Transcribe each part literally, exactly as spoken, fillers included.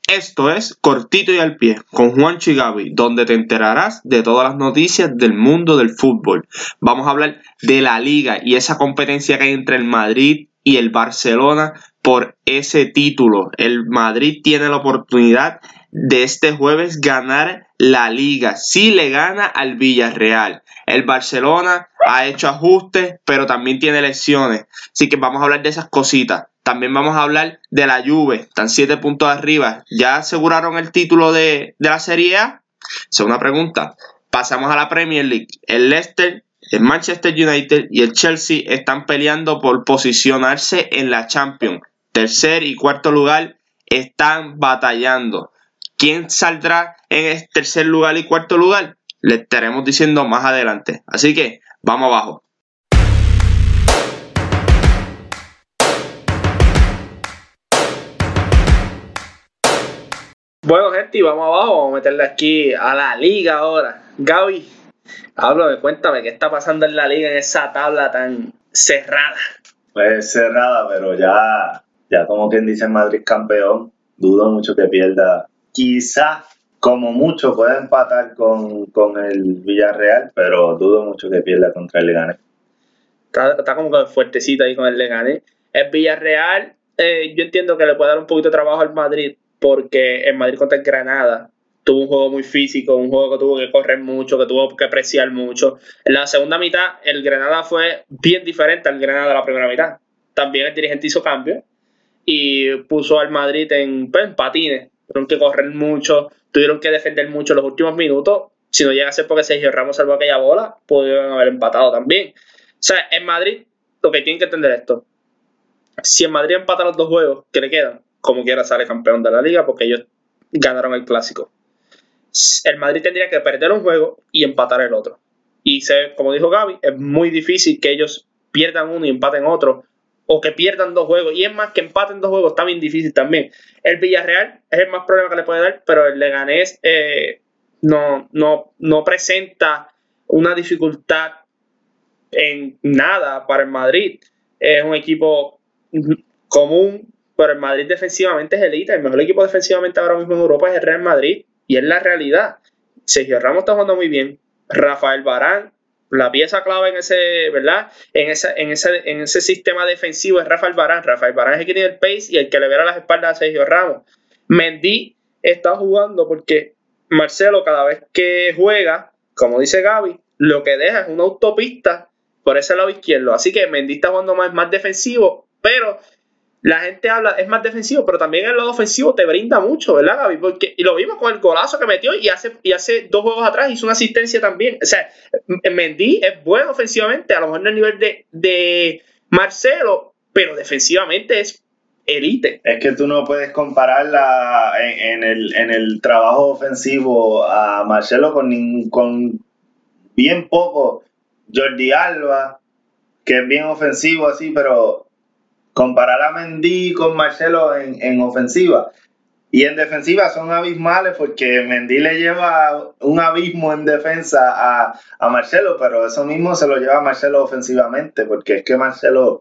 Esto es Cortito y al Pie con Juancho y Gaby, donde te enterarás de todas las noticias del mundo del fútbol. Vamos a hablar de la Liga y esa competencia que hay entre el Madrid y el Barcelona por ese título. El Madrid tiene la oportunidad de este jueves ganar la Liga si le gana al Villarreal. El Barcelona ha hecho ajustes, pero también tiene lesiones. Así que vamos a hablar de esas cositas. También vamos a hablar de la Juve. Están siete puntos arriba. ¿Ya aseguraron el título de, de la Serie A? Esa es una pregunta. Pasamos a la Premier League. El Leicester, el Manchester United y el Chelsea están peleando por posicionarse en la Champions. Tercer y cuarto lugar están batallando. ¿Quién saldrá en el tercer lugar y cuarto lugar? Le estaremos diciendo más adelante. Así que vamos abajo. Bueno, gente, y vamos abajo, vamos a meterle aquí a la liga ahora. Gaby, háblame, cuéntame, ¿qué está pasando en la liga en esa tabla tan cerrada? Pues cerrada, pero ya, ya como quien dice Madrid campeón, dudo mucho que pierda. Quizás, como mucho, pueda empatar con, con el Villarreal, pero dudo mucho que pierda contra el Leganés. Está, está como que fuertecita ahí con el Leganés. El Villarreal, eh, yo entiendo que le puede dar un poquito de trabajo al Madrid, porque el Madrid contra el Granada tuvo un juego muy físico, un juego que tuvo que correr mucho, que tuvo que preciar mucho. En la segunda mitad, el Granada fue bien diferente al Granada de la primera mitad. También el dirigente hizo cambios y puso al Madrid en, pues, en patines. Tuvieron que correr mucho, tuvieron que defender mucho los últimos minutos. Si no llega a ser porque Sergio Ramos salvó aquella bola, pudieron haber empatado también. O sea, en Madrid, lo que tienen que entender esto: si en Madrid empata los dos juegos que le quedan, como quiera sale campeón de la liga porque ellos ganaron el clásico. El Madrid tendría que perder un juego y empatar el otro. Y se, como dijo Gaby, es muy difícil que ellos pierdan uno y empaten otro, o que pierdan dos juegos. Y es más, que empaten dos juegos está bien difícil también. El Villarreal es el más problema que le puede dar, pero el Leganés eh, no, no, no presenta una dificultad en nada para el Madrid. Es un equipo común, pero el Madrid defensivamente es elite. El mejor equipo defensivamente ahora mismo en Europa es el Real Madrid, y es la realidad. Sergio Ramos está jugando muy bien. Rafael Varane, la pieza clave en ese, ¿verdad? En ese, en ese, en ese sistema defensivo es Rafael Varane. Rafael Varane es el que tiene el pace y el que le verá las espaldas a Sergio Ramos. Mendy está jugando porque Marcelo, cada vez que juega, como dice Gaby, lo que deja es una autopista por ese lado izquierdo. Así que Mendy está jugando más, más defensivo, pero la gente habla, es más defensivo, pero también el lado ofensivo te brinda mucho, ¿verdad, Gaby? Porque, y lo vimos con el golazo que metió, y hace, y hace dos juegos atrás hizo una asistencia también. O sea, Mendy es bueno ofensivamente, a lo mejor no el nivel de, de Marcelo, pero defensivamente es elite. Es que tú no puedes compararla en, en, el, en el trabajo ofensivo a Marcelo con, nin, con bien poco Jordi Alba, que es bien ofensivo así, pero comparar a Mendy con Marcelo en, en ofensiva y en defensiva son abismales, porque Mendy le lleva un abismo en defensa a, a Marcelo, pero eso mismo se lo lleva a Marcelo ofensivamente, porque es que Marcelo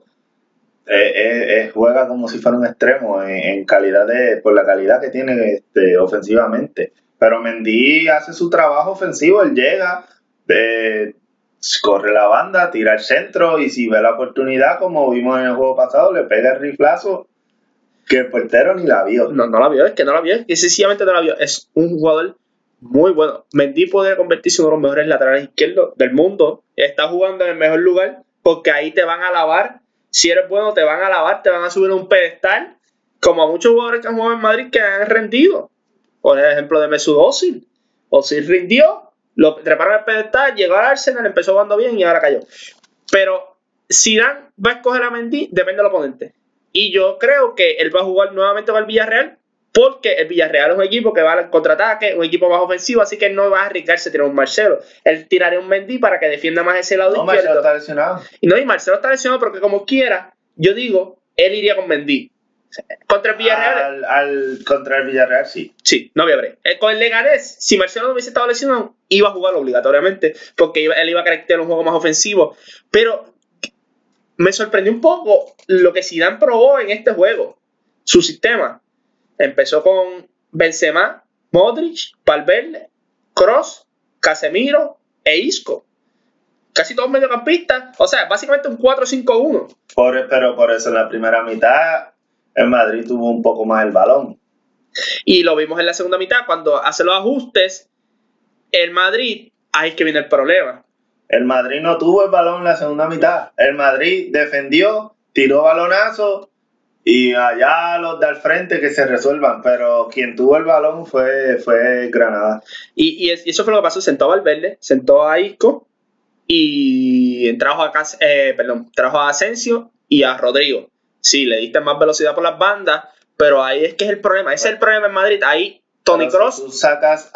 eh, eh, juega como si fuera un extremo en, en calidad de, por la calidad que tiene este, ofensivamente. Pero Mendy hace su trabajo ofensivo, él llega, eh, corre la banda, tira el centro, y si ve la oportunidad, como vimos en el juego pasado, le pega el riflazo que el portero ni la vio. No, no la vio, es que no la vio, es que sencillamente no la vio. Es un jugador muy bueno. Mendy puede convertirse en uno de los mejores laterales izquierdos del mundo. Está jugando en el mejor lugar, porque ahí te van a alabar. Si eres bueno, te van a alabar, te van a subir a un pedestal, como a muchos jugadores que han jugado en Madrid que han rendido. Por ejemplo, de Mesut Özil. Özil rindió, lo treparon al pedestal, llegó al Arsenal, empezó jugando bien y ahora cayó. Pero Zidane va a escoger a Mendy, depende del oponente. Y yo creo que él va a jugar nuevamente con el Villarreal, porque el Villarreal es un equipo que va al contraataque, un equipo más ofensivo, así que él no va a arriesgarse a tirar un Marcelo. Él tiraría un Mendy para que defienda más ese lado no, izquierdo. Marcelo está lesionado. Y no, y Marcelo está lesionado, porque como quiera, yo digo, él iría con Mendy. Contra el Villarreal. Al, al, contra el Villarreal, sí. Sí, no había break. Eh, con el Leganés, si Marcelo no hubiese estado lesionado, iba a jugar obligatoriamente, porque iba, él iba a querer tener un juego más ofensivo. Pero me sorprendió un poco lo que Zidane probó en este juego. Su sistema. Empezó con Benzema, Modric, Valverde, Kroos, Casemiro e Isco. Casi todos mediocampistas. O sea, básicamente un cuatro cinco uno. Por, pero por eso en la primera mitad el Madrid tuvo un poco más el balón. Y lo vimos en la segunda mitad, cuando hace los ajustes, el Madrid, ahí es que viene el problema. El Madrid no tuvo el balón en la segunda mitad. El Madrid defendió, tiró balonazo y allá los de al frente que se resuelvan. Pero quien tuvo el balón fue, fue Granada. Y, y, es, y eso fue lo que pasó. Sentó a Valverde, sentó a Isco y trajo a, eh, perdón, trajo a Asensio y a Rodrigo. Sí, le diste más velocidad por las bandas, pero ahí es que es el problema. Ese es el problema en Madrid. Ahí Toni Kroos. Si tú sacas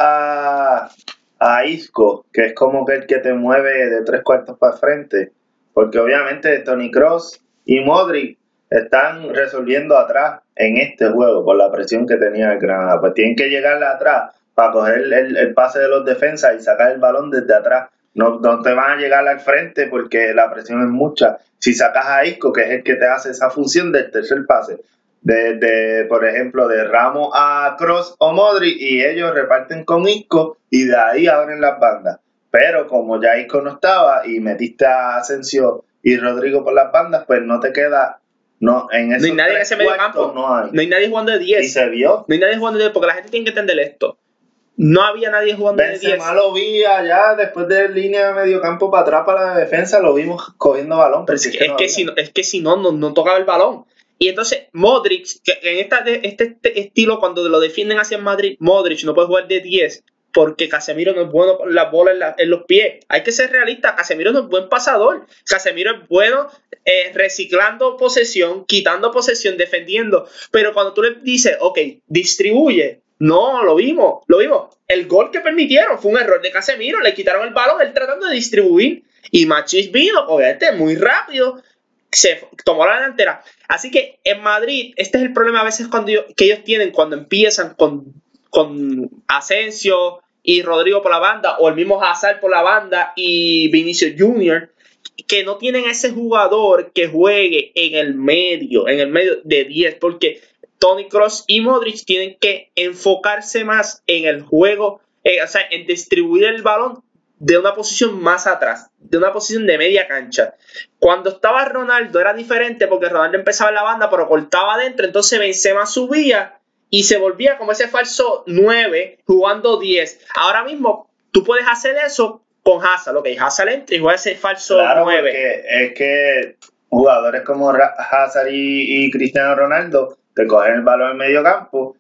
a, a Isco, que es como que el que te mueve de tres cuartos para frente, porque obviamente Toni Kroos y Modric están resolviendo atrás en este juego por la presión que tenía el Granada. Pues tienen que llegarle atrás para coger el, el pase de los defensas y sacar el balón desde atrás. No, no te van a llegar al frente porque la presión es mucha. Si sacas a Isco, que es el que te hace esa función del tercer pase, de, de por ejemplo, de Ramos a Kroos o Modric, y ellos reparten con Isco y de ahí abren las bandas. Pero como ya Isco no estaba y metiste a Asensio y Rodrigo por las bandas, pues no te queda... No, en esos no hay nadie en ese medio campo. No hay. No hay nadie jugando de diez. Y se vio. No hay nadie jugando de diez porque la gente tiene que entender esto. No había nadie jugando Benzema de diez. lo vi allá después de línea de medio campo para atrás para la defensa, lo vimos cogiendo balón. Pero es, es, que, es, no que si no, es que si no, no, no tocaba el balón. Y entonces Modric, que en esta, este, este estilo cuando lo defienden hacia el Madrid, Modric no puede jugar de diez porque Casemiro no es bueno con la bola en, la, en los pies. Hay que ser realista, Casemiro no es buen pasador. Casemiro es bueno eh, reciclando posesión, quitando posesión, defendiendo. Pero cuando tú le dices, ok, distribuye, no, lo vimos, lo vimos. El gol que permitieron fue un error de Casemiro, le quitaron el balón, él tratando de distribuir. Y Machís vino, obviamente, muy rápido, se tomó la delantera. Así que en Madrid, este es el problema a veces cuando yo, que ellos tienen cuando empiezan con, con Asensio y Rodrigo por la banda, o el mismo Hazard por la banda y Vinicius junior, que no tienen a ese jugador que juegue en el medio, en el medio de diez, porque Toni Kroos y Modric tienen que enfocarse más en el juego, eh, o sea, en distribuir el balón de una posición más atrás, de una posición de media cancha. Cuando estaba Ronaldo era diferente porque Ronaldo empezaba en la banda pero cortaba adentro, entonces Benzema subía y se volvía como ese falso nueve jugando diez. Ahora mismo tú puedes hacer eso con Hazard, ok, Hazard entra y juega ese falso claro, nueve. Porque es que jugadores como Hazard y, y Cristiano Ronaldo te cogen el balón en medio campo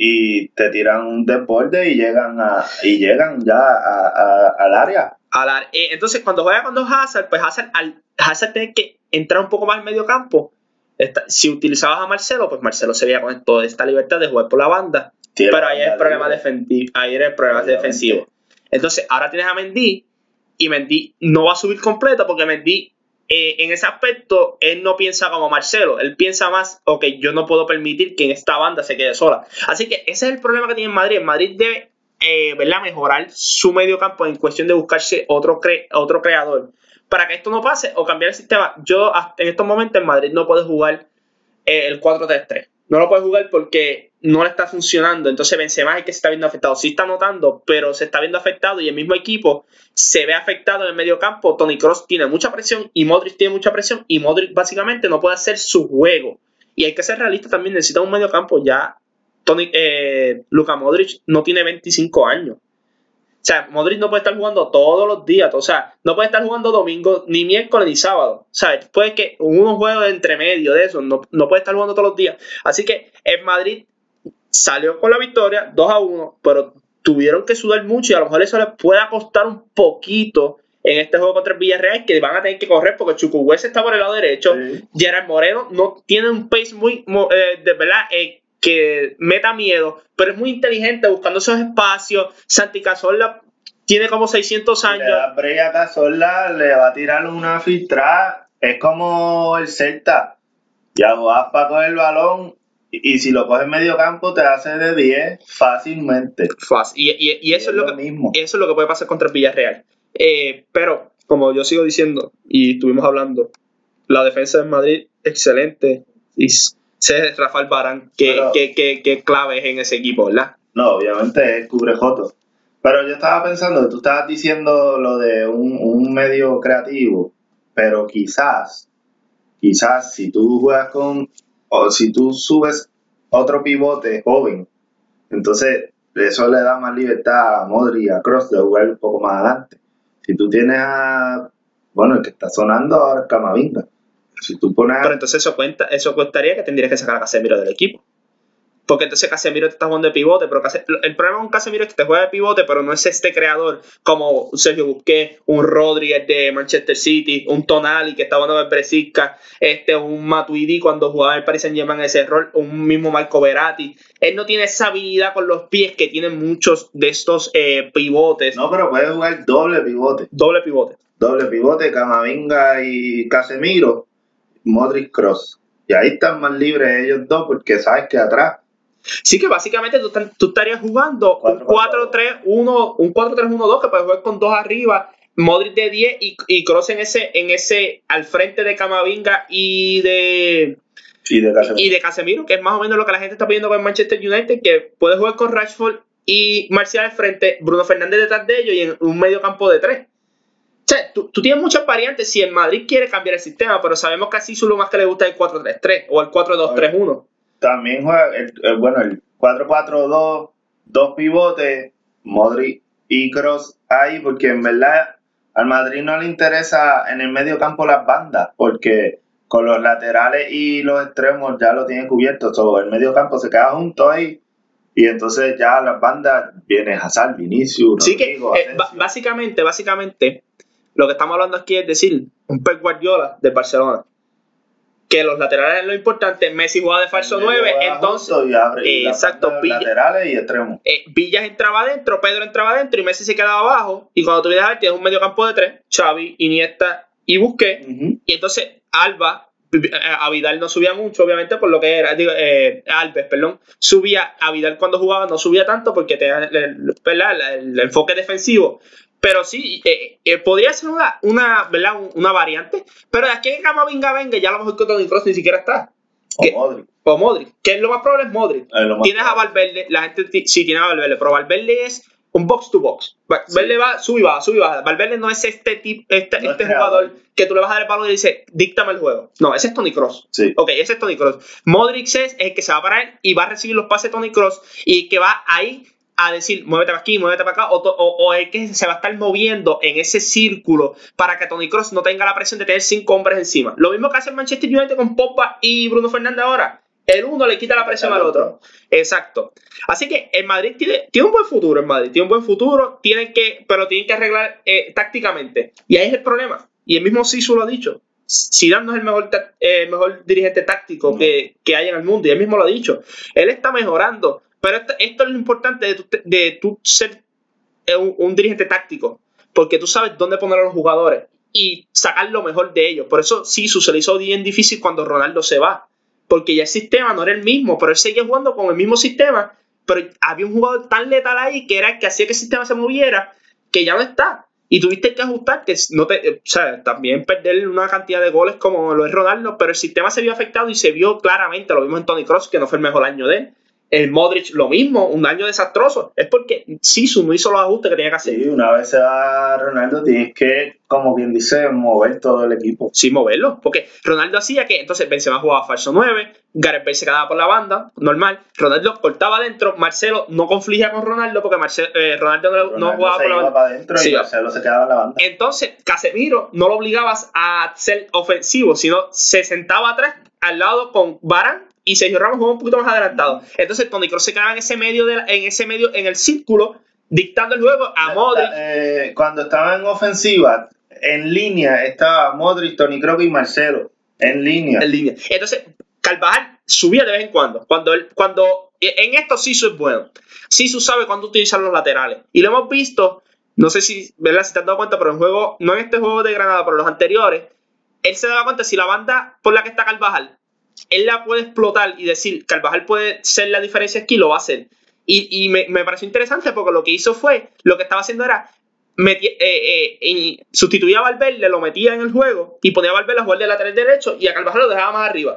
y te tiran un desborde y llegan a y llegan ya a, a, al área. Al, eh, entonces cuando juega con dos Hazard, pues Hazard, al, Hazard tiene que entrar un poco más al medio campo. Esta, si utilizabas a Marcelo, pues Marcelo se veía con toda esta libertad de jugar por la banda. Sí, pero ahí era el problema defensivo. Ahí era el problema defensivo. Entonces ahora tienes a Mendy y Mendy no va a subir completo porque Mendy Eh, en ese aspecto, él no piensa como Marcelo, él piensa más, ok, yo no puedo permitir que en esta banda se quede sola. Así que ese es el problema que tiene en Madrid. Madrid debe eh, ¿verdad? mejorar su medio campo en cuestión de buscarse otro, cre otro creador. Para que esto no pase o cambiar el sistema, yo en estos momentos en Madrid no puedo jugar eh, el cuatro tres tres. No lo puede jugar porque no le está funcionando. Entonces Benzema es el que se está viendo afectado. Sí está anotando, pero se está viendo afectado y el mismo equipo se ve afectado en el medio campo. Toni Kroos tiene mucha presión y Modric tiene mucha presión y Modric básicamente no puede hacer su juego. Y hay que ser realista también, necesita un medio campo. Ya Toni, eh, Luka Modric no tiene veinticinco años. O sea, Modric no puede estar jugando todos los días. O sea, no puede estar jugando domingo, ni miércoles, ni sábado. O sea, puede que unos juegos de entre medio de eso, no, no puede estar jugando todos los días. Así que en Madrid salió con la victoria, dos a uno, pero tuvieron que sudar mucho y a lo mejor eso les puede costar un poquito en este juego contra el Villarreal, que van a tener que correr porque Chukwueze está por el lado derecho. Sí. Gerard Moreno no tiene un pace muy, eh, de verdad, eh, que meta miedo, pero es muy inteligente buscando esos espacios. Santi Cazorla tiene como seiscientos años. Le da break a Cazorla, le va a tirar una filtrada. Es como el Celta. Ya vas para coger el balón y, y si lo coges medio campo te hace de diez fácilmente. Fácil. Y, y, y eso, es lo lo que, mismo. eso es lo que puede pasar contra el Villarreal. Eh, pero, como yo sigo diciendo y estuvimos hablando, la defensa de Madrid, excelente. Y sé Rafael Varane que, que, que, que clave es en ese equipo, ¿verdad? No, obviamente es cubrejoto. Pero yo estaba pensando, tú estabas diciendo lo de un, un medio creativo, pero quizás, quizás si tú juegas con, o si tú subes otro pivote joven, entonces eso le da más libertad a Modric y a Kroos de jugar un poco más adelante. Si tú tienes a, bueno, el que está sonando ahora es Camavinga. Si tú pones a... Pero entonces eso cuenta, eso contaría que tendrías que sacar a Casemiro del equipo. Porque entonces Casemiro te está jugando de pivote, pero Case- el problema con Casemiro es que te juega de pivote, pero no es este creador como un Sergio Busquets, un Rodríguez de Manchester City, un Tonali que está jugando de Brescia, este, un Matuidi cuando jugaba en el Paris Saint-Germain ese rol, un mismo Marco Verratti. Él no tiene esa habilidad con los pies que tienen muchos de estos eh, pivotes. No, pero puede jugar doble pivote. Doble pivote. Doble pivote, Camavinga y Casemiro, Modric, Kroos. Y ahí están más libres ellos dos porque sabes que atrás... Sí que básicamente tú, tú estarías jugando un cuatro tres uno, un cuatro tres uno dos que puedes jugar con dos arriba, Modric de diez y, y Kroos en ese, en ese al frente de Camavinga y de y de, Casemiro. y de Casemiro, que es más o menos lo que la gente está pidiendo con Manchester United, que puede jugar con Rashford y Marcial al frente, Bruno Fernández detrás de ellos y en un medio campo de tres. O sea, tú, tú tienes muchas variantes si el Madrid quiere cambiar el sistema, pero sabemos que así lo más que le gusta es el cuatro tres tres o el cuatro dos tres uno. También juega, el, el, bueno, el cuatro cuatro dos, dos pivotes, Modric y Kroos ahí, porque en verdad al Madrid no le interesa en el medio campo las bandas, porque con los laterales y los extremos ya lo tienen cubierto, todo el medio campo se queda junto ahí, y entonces ya las bandas viene Hazard, Vinicius, Sí Rodrigo, que eh, b- básicamente, básicamente, lo que estamos hablando aquí es decir, un Pep Guardiola del Barcelona. Que los laterales es lo importante. Messi jugaba de falso nueve, entonces y abre, y exacto, Villa, laterales y extremos. Eh, Villas entraba adentro, Pedro entraba adentro y Messi se quedaba abajo. Y cuando tú vienes a ver, tienes un medio campo de tres, Xavi, Iniesta y Busquets. Uh-huh. Y entonces Alba, a Vidal no subía mucho, obviamente, por lo que era, digo, eh, Alves, perdón, subía, a Vidal cuando jugaba no subía tanto porque tenía el, el, el, el enfoque defensivo. Pero sí, eh, eh, podría ser una, una, ¿verdad? una variante. Pero de aquí que Camavinga venga, ya a lo mejor que Toni Kroos ni siquiera está. O que, Modric. O Modric. Que es lo más probable es Modric. Eh, lo más Tienes probable. a Valverde, la gente t- sí tiene a Valverde, pero Valverde es un box to box. Valverde sí. va, sube y baja, sube y baja. Valverde no es este tipo, este, no este es jugador que tú le vas a dar el balón y dice, díctame el juego. No, ese es Toni Kroos. Sí. Ok, ese es Toni Kroos. Modric es el que se va a parar y va a recibir los pases de Toni Kroos y que va ahí a decir, muévete para aquí, muévete para acá, o, o, o es que se va a estar moviendo en ese círculo para que Toni Kroos no tenga la presión de tener cinco hombres encima. Lo mismo que hace el Manchester United con Pogba y Bruno Fernández ahora. El uno le quita la presión al otro. Exacto. Así que el Madrid tiene, tiene un buen futuro, el Madrid tiene un buen futuro, tienen que, pero tienen que arreglar eh, tácticamente. Y ahí es el problema. Y el mismo Sisu lo ha dicho. Zidane no es el mejor, eh, mejor dirigente táctico no. que, que hay en el mundo. Y él mismo lo ha dicho. Él está mejorando. Pero esto, esto es lo importante de tu, de tu ser un, un dirigente táctico, porque tú sabes dónde poner a los jugadores y sacar lo mejor de ellos. Por eso Sisu se le hizo bien difícil cuando Ronaldo se va, porque ya el sistema no era el mismo, pero él seguía jugando con el mismo sistema, pero había un jugador tan letal ahí que era el que hacía que el sistema se moviera, que ya no está. Y tuviste que ajustarte, no te, o sea, también perder una cantidad de goles como lo es Ronaldo, pero el sistema se vio afectado y se vio claramente, lo vimos en Toni Kroos, que no fue el mejor año de él. El Modric lo mismo, un año desastroso. Es porque Sisu no hizo los ajustes que tenía que hacer. Sí, una vez se va Ronaldo, tienes que, como quien dice, mover todo el equipo. Sí, moverlo. Porque Ronaldo hacía que, entonces Benzema jugaba falso nueve, Gareth Bale se quedaba por la banda, normal. Ronaldo cortaba adentro, Marcelo no confligía con Ronaldo porque Marcelo, eh, Ronaldo, no, Ronaldo no jugaba se por la iba banda. Para adentro sí, y Marcelo se quedaba en la banda. Entonces, Casemiro no lo obligabas a ser ofensivo, sino se sentaba atrás al lado con Varane y Sergio Ramos jugaba un poquito más adelantado. Entonces Toni Kroos se quedaba en ese medio, de la, en ese medio, en el círculo, dictando el juego a Modric. Eh, cuando estaba en ofensiva, en línea, estaba Modric, Toni Kroos y Marcelo. En línea. En línea. Entonces, Carvajal subía de vez en cuando. Cuando, él, cuando en esto Sisu es bueno. Sisu sabe cuándo utilizar los laterales. Y lo hemos visto, no sé si, ¿verdad? si te has dado cuenta, pero en juego, no en este juego de Granada, pero en los anteriores, él se daba cuenta si la banda por la que está Carvajal, él la puede explotar y decir, Carvajal puede ser la diferencia aquí, lo va a hacer. Y, y me, me pareció interesante porque lo que hizo fue, lo que estaba haciendo era, metí, eh, eh, y sustituía a Valverde, lo metía en el juego y ponía a Valverde a jugar de lateral derecho y a Carvajal lo dejaba más arriba.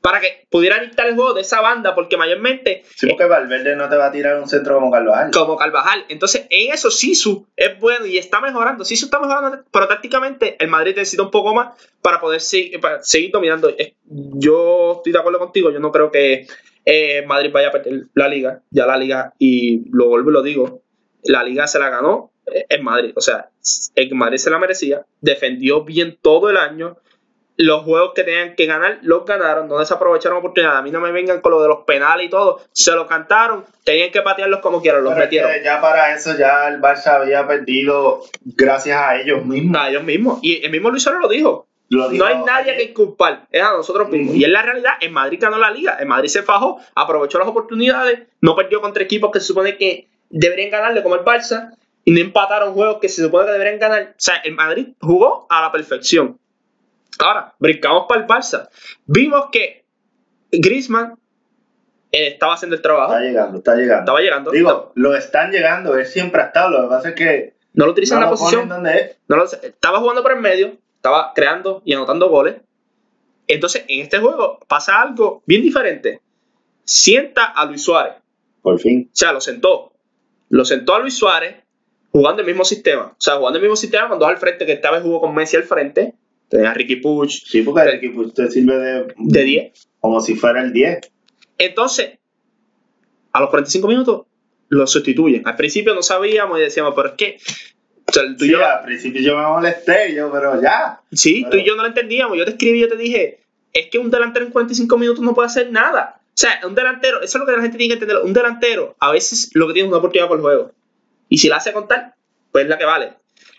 para que pudiera dictar el juego de esa banda, porque mayormente... Sí, porque Valverde no te va a tirar un centro como Carvajal. Como Carvajal. Entonces, en eso Sisu es bueno y está mejorando. Sisu está mejorando, pero tácticamente el Madrid necesita un poco más para poder seguir, para seguir dominando. Yo estoy de acuerdo contigo, yo no creo que eh, Madrid vaya a perder la Liga. Ya la Liga, y lo vuelvo y lo digo, la Liga se la ganó en Madrid. O sea, el Madrid se la merecía, defendió bien todo el año. Los juegos que tenían que ganar, los ganaron, no desaprovecharon oportunidades. A mí no me vengan con lo de los penales y todo. Se lo cantaron, tenían que patearlos como quieran, los Pero metieron. Es que ya para eso ya el Barça había perdido gracias a ellos mismos. A ellos mismos. Y el mismo Luis Suárez lo dijo. Lo dijo no hay nadie ayer. que culpar, es a nosotros mismos. Uh-huh. Y en la realidad, en Madrid ganó la Liga. En Madrid se fajó, aprovechó las oportunidades, no perdió contra equipos que se supone que deberían ganarle, como el Barça, y no empataron juegos que se supone que deberían ganar. O sea, el Madrid jugó a la perfección. Ahora, brincamos para el Barça. Vimos que Griezmann eh, estaba haciendo el trabajo. Está llegando, está llegando. Estaba llegando. Digo, lo están llegando, él siempre ha estado. Lo que pasa es que no lo utilizan no en la lo posición. ponen donde es. No lo, estaba jugando por el medio, estaba creando y anotando goles. Entonces, en este juego pasa algo bien diferente. Sienta a Luis Suárez. Por fin. O sea, lo sentó. Lo sentó a Luis Suárez jugando el mismo sistema. O sea, jugando el mismo sistema con dos al frente, que esta vez jugó con Messi al frente. Tenía a Ricky Puig. Sí, porque el equipo usted sirve de... De diez. Como si fuera el diez. Entonces, a los cuarenta y cinco minutos, lo sustituyen. Al principio no sabíamos y decíamos, pero es que... O sea, tú Sí, y yo, al principio yo me molesté, yo, pero ya. sí, pero... tú y yo no lo entendíamos. Yo te escribí y yo te dije, es que un delantero en cuarenta y cinco minutos no puede hacer nada. O sea, un delantero, eso es lo que la gente tiene que entender. Un delantero, a veces lo que tiene es una oportunidad por juego. Y si la hace contar, pues es la que vale.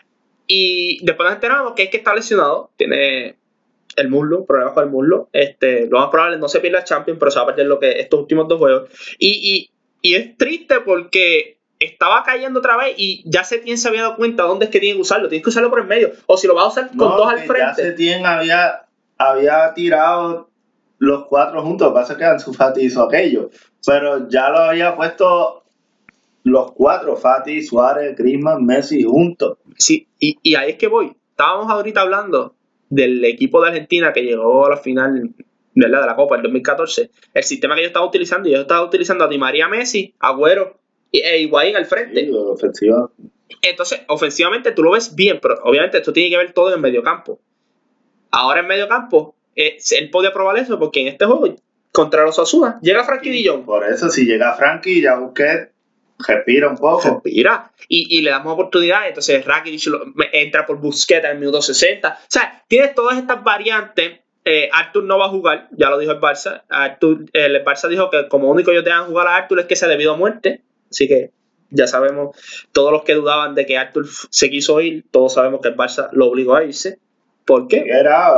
Y después nos enteramos que es que está lesionado, tiene el muslo, problemas con el muslo. Este, lo más probable no se pierde la Champions, pero se va a perder lo que estos últimos dos juegos. Y, y, y es triste porque estaba cayendo otra vez y ya Setién se había dado cuenta dónde es que tiene que usarlo. Tienes que usarlo por el medio. O si lo vas a usar con no, dos al que frente. Ya Setién había, había tirado los cuatro juntos. Lo que pasa es que Ansu Fati hizo aquello. Pero ya lo había puesto los cuatro, Fati, Suárez, Griezmann, Messi juntos. Sí, y, y ahí es que voy. Estábamos ahorita hablando del equipo de Argentina que llegó a la final, ¿verdad?, de la Copa en dos mil catorce. El sistema que yo estaba utilizando, yo estaba utilizando a Di María, Messi, Agüero e Higuaín al frente. Sí, ofensiva. Entonces, ofensivamente tú lo ves bien, pero obviamente esto tiene que ver todo en el mediocampo. Ahora en mediocampo, eh, él podía probar eso porque en este juego, contra los Osasuna, llega Frankie de Jong. Por eso, si llega Frankie, ya Busquets respira un poco. Respira. Y, y le damos oportunidades. Entonces Rakitic lo, entra por Busquets en el minuto sesenta. O sea, tienes todas estas variantes. Eh, Arthur no va a jugar, ya lo dijo el Barça. Arthur, el Barça dijo que como único ellos dejan jugar a Arthur es que se debido a muerte. Así que ya sabemos, todos los que dudaban de que Arthur se quiso ir, todos sabemos que el Barça lo obligó a irse. ¿Por qué? Era,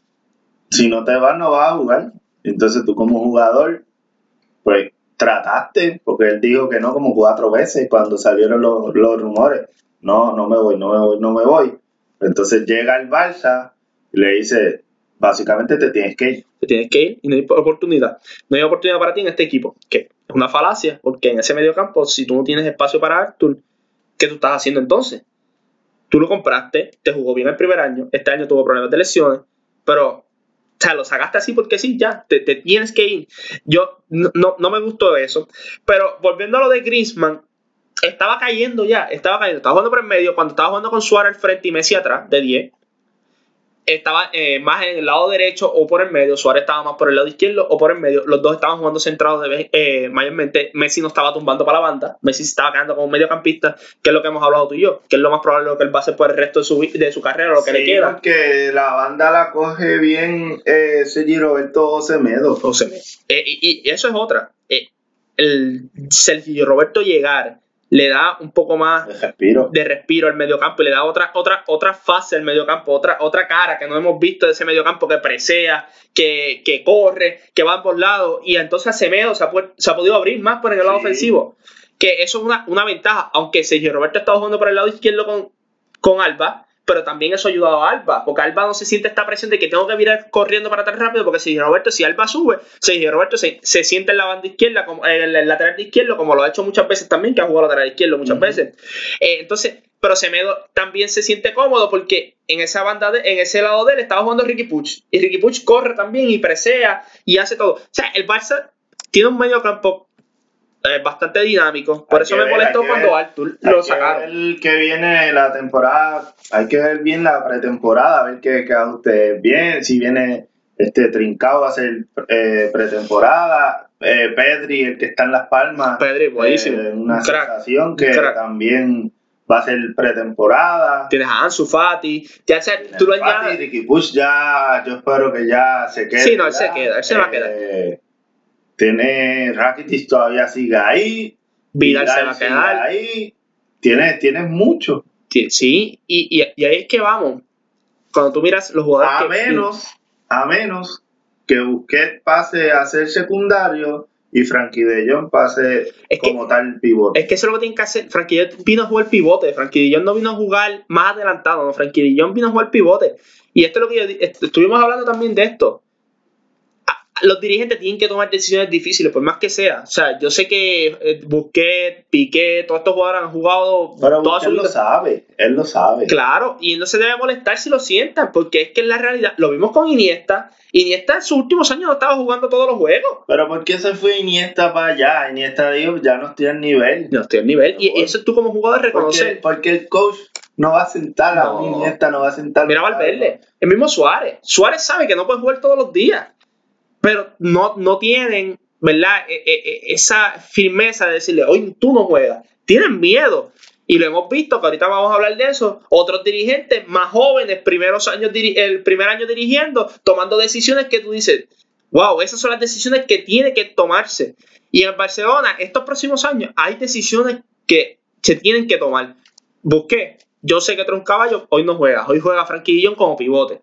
si no te vas, no vas a jugar. Entonces tú como jugador, pues trataste, porque él dijo que no como cuatro veces cuando salieron los, los rumores. No, no me voy, no me voy, no me voy. Entonces llega el Barça y le dice, básicamente te tienes que ir. Te tienes que ir y no hay oportunidad. No hay oportunidad para ti en este equipo. Que es una falacia, porque en ese mediocampo, si tú no tienes espacio para Arthur, ¿qué tú estás haciendo entonces? Tú lo compraste, te jugó bien el primer año, este año tuvo problemas de lesiones, pero... O sea, lo sacaste así porque sí, ya, te, te tienes que ir. Yo no, no, no me gustó eso. Pero volviendo a lo de Griezmann, estaba cayendo ya, estaba cayendo. Estaba jugando por el medio, cuando estaba jugando con Suárez al frente y Messi atrás, de diez. Estaba eh, más en el lado derecho o por el medio. Suárez estaba más por el lado izquierdo o por el medio. Los dos estaban jugando centrados de vez, eh, mayormente. Messi no estaba tumbando para la banda. Messi se estaba quedando como mediocampista, que es lo que hemos hablado tú y yo, que es lo más probable que él va a hacer por el resto de su, de su carrera, lo que sí, le queda. Porque la banda la coge bien eh, Sergi Roberto Osemedo. Osemedo. Eh, y, y eso es otra. Eh, el Sergio Roberto llegar le da un poco más de respiro, de respiro al mediocampo y le da otra, otra, otra fase al mediocampo, otra, otra cara que no hemos visto de ese mediocampo que presea, que, que corre, que va por lados, y entonces Semedo se ha, se ha podido abrir más por el lado sí. ofensivo, que eso es una, una ventaja, aunque Sergio Roberto está jugando por el lado izquierdo con, con Alba, pero también eso ha ayudado a Alba, porque Alba no se siente esta presión de que tengo que virar corriendo para atrás rápido, porque Sergio Roberto, si Alba sube, Sergio Roberto se, se siente en la banda izquierda, como, en el lateral de izquierdo, como lo ha hecho muchas veces también, que ha jugado lateral izquierdo muchas uh-huh. veces. Eh, entonces, pero Semedo también se siente cómodo porque en esa banda, de, en ese lado de él estaba jugando Riqui Puig. Y Riqui Puig corre también y presea y hace todo. O sea, el Barça tiene un medio campo eh, bastante dinámico. Por Hay eso que me ver, molestó hay que cuando ver, Arthur hay lo que sacaron. ver que viene la temporada, hay que ver bien la pretemporada, a ver qué, qué ajuste bien, si viene este Trincao va a ser eh, pretemporada, eh, Pedri, el que está en Las Palmas, Pedri, buenísimo. eh, una Un crack, sensación un que crack. también va a ser pretemporada. Tienes a Ansu Fati, ya sea, Tienes tú lo a Fati, añades. Riqui Puig ya, yo espero que ya se quede. Sí, no, él ya. se queda, él se va a quedar. Eh, Tiene Rakitic todavía sigue ahí. Vidal se va a sigue quedar. ahí. Tienes, tienes mucho. Sí, sí, y, y, y ahí es que vamos. Cuando tú miras los jugadores A que... menos, a menos que Busquets pase a ser secundario y Frankie de Jong pase Es que- como tal pivote. Es que eso es lo que tienen que hacer. Frankie de Jong vino a jugar pivote. Frankie de Jong no vino a jugar más adelantado. No, Frankie de Jong vino a jugar pivote. Y esto es lo que yo, est- estuvimos hablando también de esto. A- Los dirigentes tienen que tomar decisiones difíciles, por más que sea. O sea, yo sé que eh, Busquets, Piqué, todos estos jugadores han jugado Pero toda su Busquets lo vida. sabe, él lo sabe. Claro, y él no se debe molestar si lo sientan, porque es que en la realidad, lo vimos con Iniesta. Iniesta en sus últimos años no estaba jugando todos los juegos. Pero ¿por qué se fue Iniesta para allá? Iniesta dijo, ya no estoy al nivel. No estoy al nivel. Y eso tú como jugador Porque, reconocer. porque el coach no va a sentar a No. un Iniesta, no va a sentar. Mira Valverde, el mismo Suárez. Suárez sabe que no puede jugar todos los días, pero no, no tienen, ¿verdad? E- e- e- esa firmeza de decirle, hoy tú no juegas. Tienen miedo. Y lo hemos visto, que ahorita vamos a hablar de eso. Otros dirigentes más jóvenes, primeros años diri- el primer año dirigiendo, tomando decisiones que tú dices, wow, esas son las decisiones que tiene que tomarse. Y en Barcelona, estos próximos años, hay decisiones que se tienen que tomar. Busqué. Yo sé que Troncaballo hoy no juega. Hoy juega Frankie de Jong como pivote.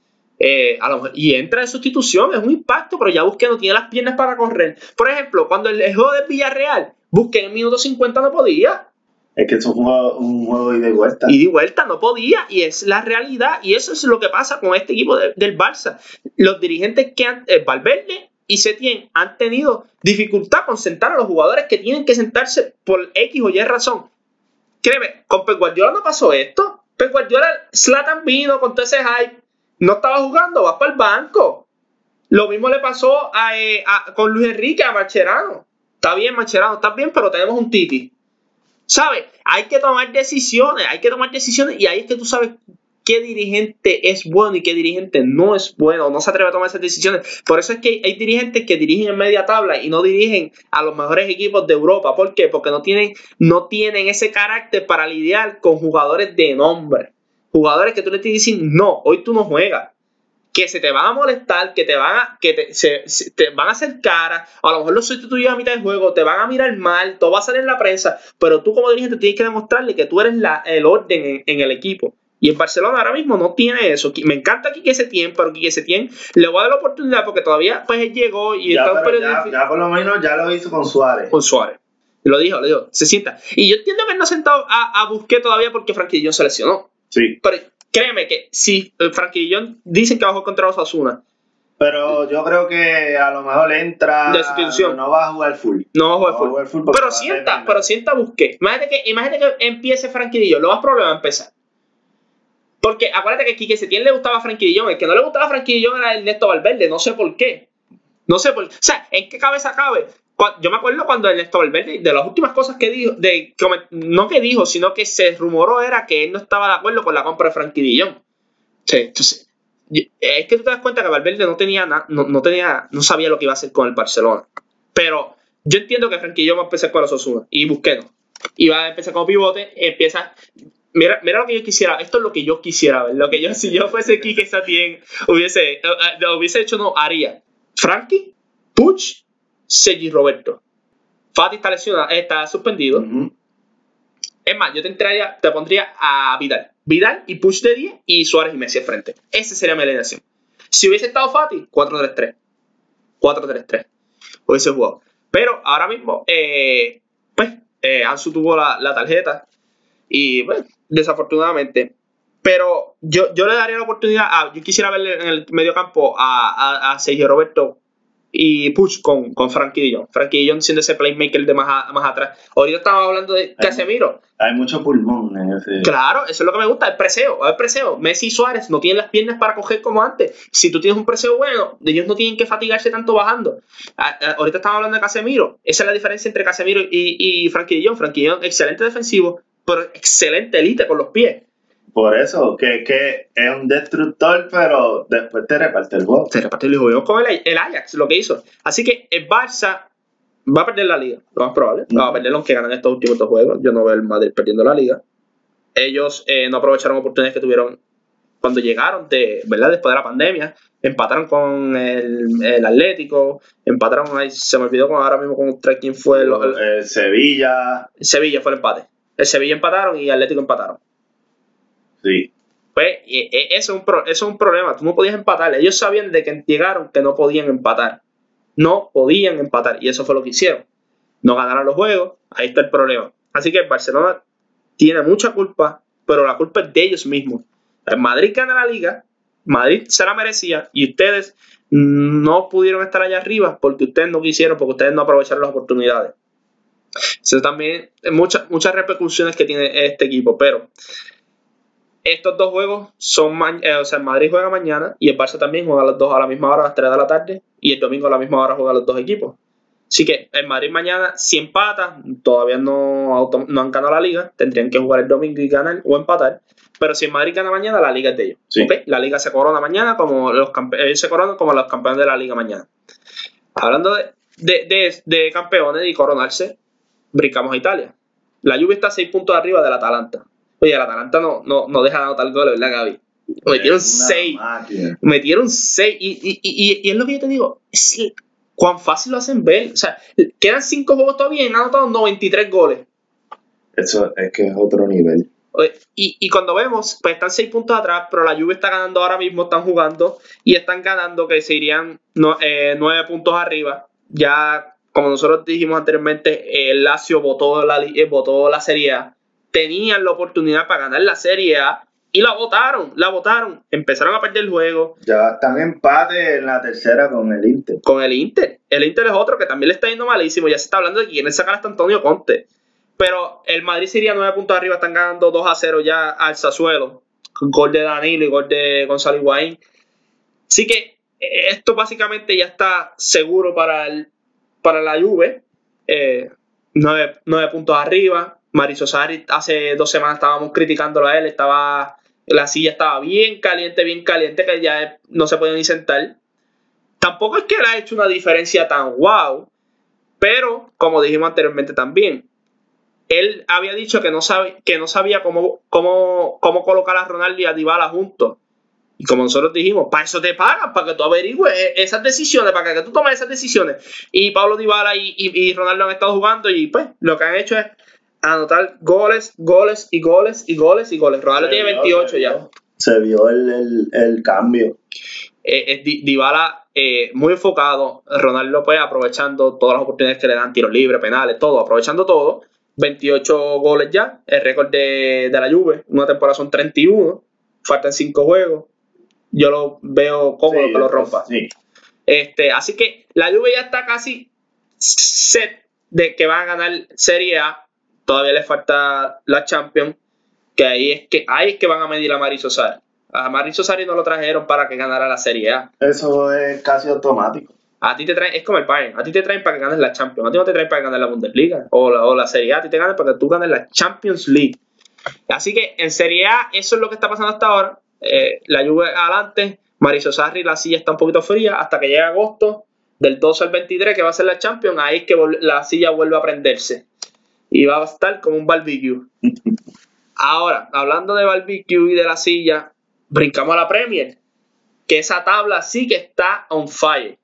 Eh, a lo mejor, y entra de sustitución, es un impacto, pero ya Busqué no tiene las piernas para correr. Por ejemplo, cuando el juego del Villarreal, Busqué en el minuto cincuenta no podía. Es que es un juego, un juego ida y vuelta. Y de vuelta no podía, y es la realidad. Y eso es lo que pasa con este equipo de, del Barça. Los dirigentes que han, eh, Valverde y Setién han tenido dificultad con sentar a los jugadores que tienen que sentarse por X o Y razón. Créeme, con Pep Guardiola no pasó esto. Pep Guardiola, Zlatan vino con todo ese hype, no estaba jugando, vas para el banco. Lo mismo le pasó a, eh, a, con Luis Enrique, a Mascherano. Está bien, Mascherano, está bien, pero tenemos un Titi. ¿Sabes? Hay que tomar decisiones, hay que tomar decisiones y ahí es que tú sabes qué dirigente es bueno y qué dirigente no es bueno, no se atreve a tomar esas decisiones. Por eso es que hay dirigentes que dirigen en media tabla y no dirigen a los mejores equipos de Europa. ¿Por qué? Porque no tienen, no tienen ese carácter para lidiar con jugadores de nombre. Jugadores que tú le tienes que decir, no, hoy tú no juegas. Que se te van a molestar, que te van a, que te, se, se, te van a hacer cara, a lo mejor los sustituyes a mitad de juego, te van a mirar mal, todo va a salir en la prensa, pero tú como dirigente tienes que demostrarle que tú eres la, el orden en, en el equipo. Y en Barcelona ahora mismo no tiene eso. Me encanta Quique Setién, pero Quique Setién le voy a dar la oportunidad porque todavía pues él llegó y ya, está un periodo ya, difícil. ya por lo menos ya lo hizo con Suárez. Con Suárez. Lo dijo, lo dijo, se sienta. Y yo entiendo que él no ha sentado a, a Busquets todavía porque Frankie de Jong se lesionó. Sí. Pero créeme que si Frankie de Jong dicen que va a jugar contra Osasuna, pero yo creo que a lo mejor entra de sustitución. No va a jugar full. No va a jugar no full. Va a jugar full pero sienta, pero sienta Busquets. Imagínate que, imagínate que empiece Frankie de Jong. Lo más probable va a empezar. Porque acuérdate que a Quique Setién le gustaba Frankie de Jong. El que no le gustaba Frankie de Jong era Ernesto Valverde. No sé por qué. No sé por qué. O sea, ¿en qué cabeza cabe? Yo me acuerdo cuando Ernesto Valverde, de las últimas cosas que dijo, de, no que dijo, sino que se rumoró era que él no estaba de acuerdo con la compra de Frankie de Jong. Sí, entonces, es que tú te das cuenta que Valverde no tenía, no, no tenía, no sabía lo que iba a hacer con el Barcelona. Pero yo entiendo que Frankie de Jong va a empezar con los Osasuna y Busquets no. Y va a empezar como pivote, empieza. Mira, mira lo que yo quisiera, esto es lo que yo quisiera ver. Lo que yo, si yo fuese Quique Setién, hubiese, uh, hubiese hecho, no, haría. Frankie, Puig, Sergi Roberto. Fati está lesionado, está suspendido. Uh-huh. Es más, yo te entraría, te pondría a Vidal. Vidal y Puig de diez y Suárez y Messi al frente. Esa sería mi alineación. Si hubiese estado Fati, cuatro tres tres. cuatro tres tres. Hubiese jugado. Pero ahora mismo, eh, pues, eh, Ansu tuvo la, la tarjeta. Y, bueno, desafortunadamente. Pero yo, yo le daría la oportunidad a. Yo quisiera verle en el medio campo a, a, a Sergio Roberto y push con, con Frankie de Jong. Frankie de Jong siendo ese playmaker de más, a, más atrás. Ahorita estábamos hablando de Casemiro. Hay, hay mucho pulmón en ese. Claro, eso es lo que me gusta, el preseo. El preseo. Messi y Suárez no tienen las piernas para coger como antes. Si tú tienes un preseo bueno, ellos no tienen que fatigarse tanto bajando. A, a, ahorita estamos hablando de Casemiro. Esa es la diferencia entre Casemiro y, y Frankie de Jong. Frankie de Jong, excelente defensivo, pero excelente elite con los pies. Por eso, que, que es un destructor, pero después te reparte el juego. Se reparte el juego con el, el Ajax, lo que hizo. Así que el Barça va a perder la liga, lo más probable. Mm. Va a perder aunque ganan estos últimos dos juegos. Yo no veo el Madrid perdiendo la liga. Ellos eh, no aprovecharon oportunidades que tuvieron cuando llegaron, de, ¿verdad? Después de la pandemia. Empataron con el, el Atlético, empataron, ahí, se me olvidó con, ahora mismo contra quién fue. El, el, el Sevilla. Sevilla fue el empate. El Sevilla empataron y el Atlético empataron. Sí. Pues eso es, un pro, eso es un problema. Tú no podías empatar. Ellos sabían de que llegaron que no podían empatar. No podían empatar. Y eso fue lo que hicieron. No ganaron los juegos. Ahí está el problema. Así que el Barcelona tiene mucha culpa, pero la culpa es de ellos mismos. El Madrid gana la liga. Madrid se la merecía. Y ustedes no pudieron estar allá arriba porque ustedes no quisieron, porque ustedes no aprovecharon las oportunidades. Eso también muchas muchas repercusiones que tiene este equipo. Pero estos dos juegos son, eh, o sea, el Madrid juega mañana y el Barça también juega a las dos a la misma hora, a las tres de la tarde, y el domingo a la misma hora juegan los dos equipos. Así que el Madrid mañana, si empata, todavía no, auto, no han ganado la liga, tendrían que jugar el domingo y ganar o empatar, pero si el Madrid gana mañana, la liga es de ellos. Sí. ¿Okay? La liga se corona mañana, como los campe- ellos se coronan como los campeones de la liga mañana. Hablando de, de, de, de campeones y coronarse, brincamos a Italia. La Juve está a seis puntos arriba del Atalanta. Oye, el Atalanta no, no, no deja de anotar goles, ¿verdad, Gaby? Metieron seis. Metieron seis. Y, y, y, y es lo que yo te digo. Es, cuán fácil lo hacen ver. O sea, quedan cinco juegos todavía y han anotado noventa y tres goles. Eso es que es otro nivel. Y, y cuando vemos, pues están seis puntos atrás, pero la Juve está ganando ahora mismo, están jugando y están ganando que se irían no, eh, nueve puntos arriba. Ya, como nosotros dijimos anteriormente, el Lazio votó la, eh, votó la Serie A. Tenían la oportunidad para ganar la Serie A y la votaron, la votaron. Empezaron a perder el juego. Ya están en empate en la tercera con el Inter. Con el Inter. El Inter es otro que también le está yendo malísimo. Ya se está hablando de quién es sacar hasta Antonio Conte. Pero el Madrid sería nueve puntos arriba. Están ganando dos a cero ya al Sassuolo. Gol de Danilo y gol de Gonzalo Higuaín. Así que esto básicamente ya está seguro para, el, para la Juve. Eh, nueve, nueve puntos arriba. Maurizio Sarri, hace dos semanas estábamos criticándolo a él, estaba, la silla estaba bien caliente, bien caliente, que ya no se podía ni sentar. Tampoco es que él ha hecho una diferencia tan wow, pero como dijimos anteriormente también, él había dicho que no, sabe, que no sabía cómo, cómo, cómo colocar a Ronaldo y a Dybala juntos. Y como nosotros dijimos, para eso te pagan, para que tú averigües esas decisiones, para que tú tomes esas decisiones. Y Paulo Dybala y, y, y Ronaldo han estado jugando y pues lo que han hecho es anotar goles, goles y goles y goles y goles. Ronaldo tiene veintiocho ya. Se vio el, el, el cambio. Eh, eh, Dybala eh, muy enfocado. Ronaldo pues aprovechando todas las oportunidades que le dan, tiros libres, penales, todo, aprovechando todo. veintiocho goles ya. El récord de, de la Juve. Una temporada son treinta y uno. Faltan cinco juegos. Yo lo veo cómodo sí, que lo rompa. Sí. Este, así que la Juve ya está casi set de que van a ganar Serie A. Todavía le falta la Champions, que ahí es que ahí es que van a medir a Maurizio Sarri. A Maurizio Sarri no lo trajeron para que ganara la Serie A. Eso es casi automático. A ti te traen, es como el Bayern, a ti te traen para que ganes la Champions, a ti no te traen para ganar la Bundesliga o la, o la Serie A, a ti te ganan para que tú ganes la Champions League. Así que en Serie A eso es lo que está pasando hasta ahora. Eh, la Juve adelante, Maurizio Sarri, la silla está un poquito fría hasta que llegue agosto, del doce al veintitrés, que va a ser la Champions, ahí es que la silla vuelve a prenderse. Y va a estar como un barbecue. Ahora, hablando de barbecue y de la silla, brincamos a la Premier. Que esa tabla sí que está on fire.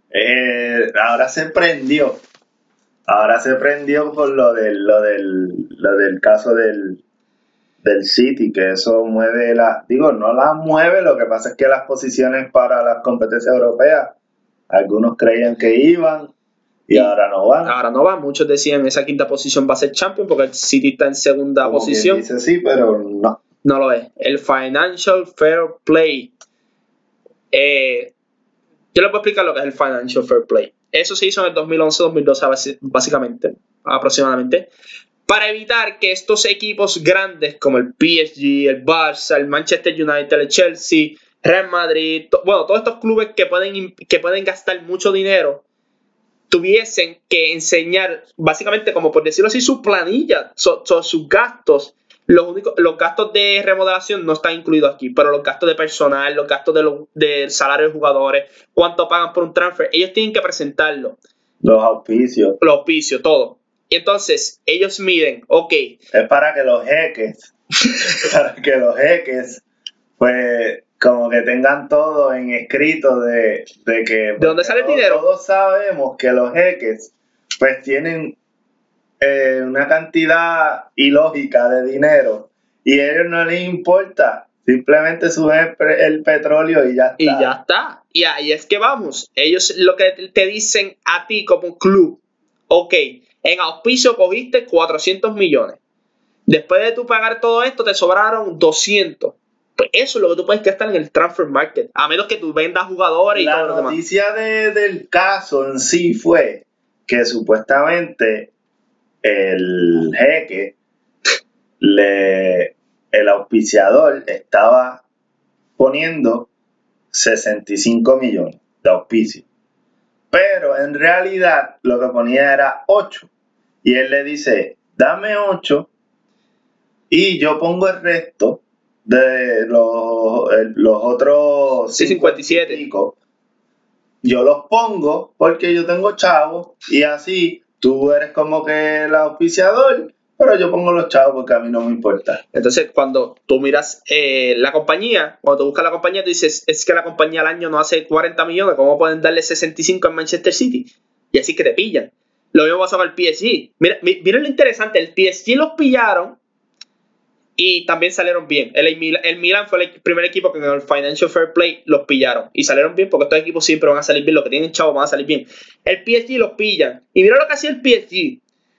Eh, ahora se prendió. Ahora se prendió por lo del, lo del, lo del caso del, del City, que eso mueve la... Digo, no la mueve, lo que pasa es que las posiciones para las competencias europeas, algunos creían que iban, y ahora no van. Ahora no van. Muchos decían esa quinta posición va a ser Champions porque el City está en segunda Como posición. Dice sí, pero no. No lo es. El Financial Fair Play. Eh, Yo les voy a explicar lo que es el Financial Fair Play. Eso se hizo en el dos mil once dos mil doce básicamente, aproximadamente, para evitar que estos equipos grandes como el P S G, el Barça, el Manchester United, el Chelsea, Real Madrid, to, bueno, todos estos clubes que pueden, que pueden gastar mucho dinero, tuviesen que enseñar, básicamente, como por decirlo así, su planilla, so, so, sus gastos. Los, únicos, los gastos de remodelación no están incluidos aquí, pero los gastos de personal, los gastos de los, del salario de jugadores, cuánto pagan por un transfer, ellos tienen que presentarlo. Los auspicios. Los auspicios, todo. Y entonces, ellos miden, ok. Es para que los jeques, para que los jeques, pues, como que tengan todo en escrito de, de que... ¿De dónde sale el todos, dinero? Todos sabemos que los jeques, pues, tienen eh, una cantidad ilógica de dinero y a ellos no les importa. Simplemente suben el, el petróleo y ya está. Y ya está. Y ahí es que vamos. Ellos lo que te dicen a ti como un club, ok, en auspicio cogiste cuatrocientos millones. Después de tú pagar todo esto, te sobraron doscientos. Pues eso es lo que tú puedes gastar en el transfer market. A menos que tú vendas jugadores y La todo lo demás. La noticia de, del caso en sí fue que supuestamente el jeque, le, el auspiciador, estaba poniendo sesenta y cinco millones de auspicio. Pero en realidad lo que ponía era ocho. Y él le dice, dame ocho y yo pongo el resto de los, los otros sí, cincuenta y siete. cinco. Yo los pongo porque yo tengo chavos y así tú eres como que el auspiciador, pero yo pongo los chavos porque a mí no me importa. Entonces, cuando tú miras eh, la compañía, cuando tú buscas la compañía, tú dices, es que la compañía al año no hace cuarenta millones, ¿cómo pueden darle sesenta y cinco en Manchester City? Y así que te pillan. Lo mismo pasó con el P S G. Mira, mira lo interesante, el P S G los pillaron y también salieron bien. El, el Milan fue el primer equipo que en el Financial Fair Play los pillaron. Y salieron bien porque estos equipos siempre van a salir bien. Los que tienen chavos van a salir bien. El P S G los pillan. Y mira lo que hacía el P S G.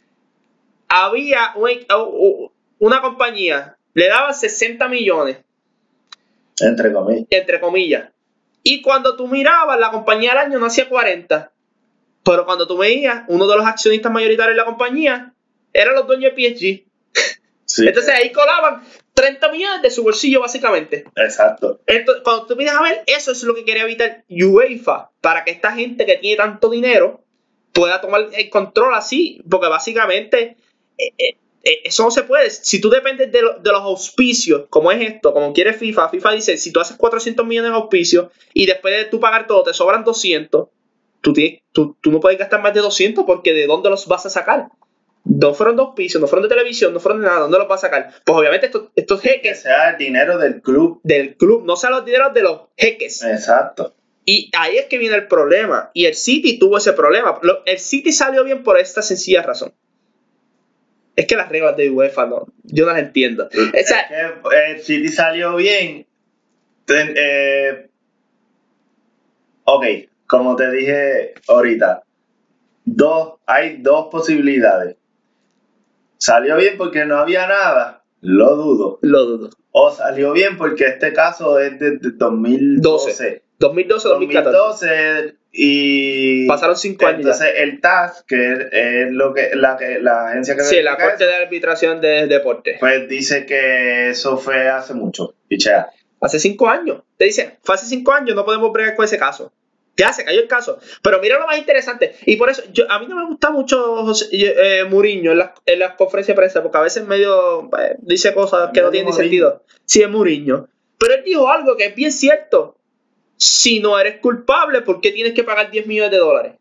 Había un, una compañía, le daba sesenta millones. Entre comillas. Entre comillas. Y cuando tú mirabas, la compañía al año no hacía cuarenta. Pero cuando tú veías, uno de los accionistas mayoritarios de la compañía eran los dueños de P S G. Sí. Entonces ahí colaban treinta millones de su bolsillo básicamente. Exacto. Entonces, cuando tú vienes a ver, eso es lo que quería evitar UEFA, para que esta gente que tiene tanto dinero pueda tomar el control así, porque básicamente eh, eh, eso no se puede. Si tú dependes de, lo, de los auspicios, como es esto, como quiere FIFA, FIFA dice, si tú haces cuatrocientos millones de auspicios y después de tú pagar todo te sobran doscientos, tú, tienes, tú, tú no puedes gastar más de doscientos porque ¿de dónde los vas a sacar? No fueron de auspicio, no fueron de televisión, no fueron de nada. ¿Dónde los va a sacar? Pues obviamente estos, estos jeques... Que sea el dinero del club. Del club, no sea los dineros de los jeques. Exacto. Y ahí es que viene el problema. Y el City tuvo ese problema. El City salió bien por esta sencilla razón. Es que las reglas de UEFA, no, yo no las entiendo. Es o sea, que el City salió bien. Ten, eh, ok, como te dije ahorita, dos, hay dos posibilidades. ¿Salió bien porque no había nada? Lo dudo. Lo dudo. ¿O salió bien porque este caso es de, de dos mil doce? dos mil doce, dos mil catorce. dos mil doce y... Pasaron cinco años. Entonces ya. El T A S, que es, es lo que la, la agencia que... Sí, la Corte de Arbitración de Deportes. Pues dice que eso fue hace mucho. Pichea. Hace cinco años. Te dicen, fue hace cinco años, no podemos bregar con ese caso. Ya se cayó el caso. Pero mira lo más interesante. Y por eso, yo, a mí no me gusta mucho José, eh, Mourinho en las en las conferencias de prensa, porque a veces medio eh, dice cosas que no tienen ni sentido. Sí, es Mourinho. Pero él dijo algo que es bien cierto. Si no eres culpable, ¿por qué tienes que pagar diez millones de dólares?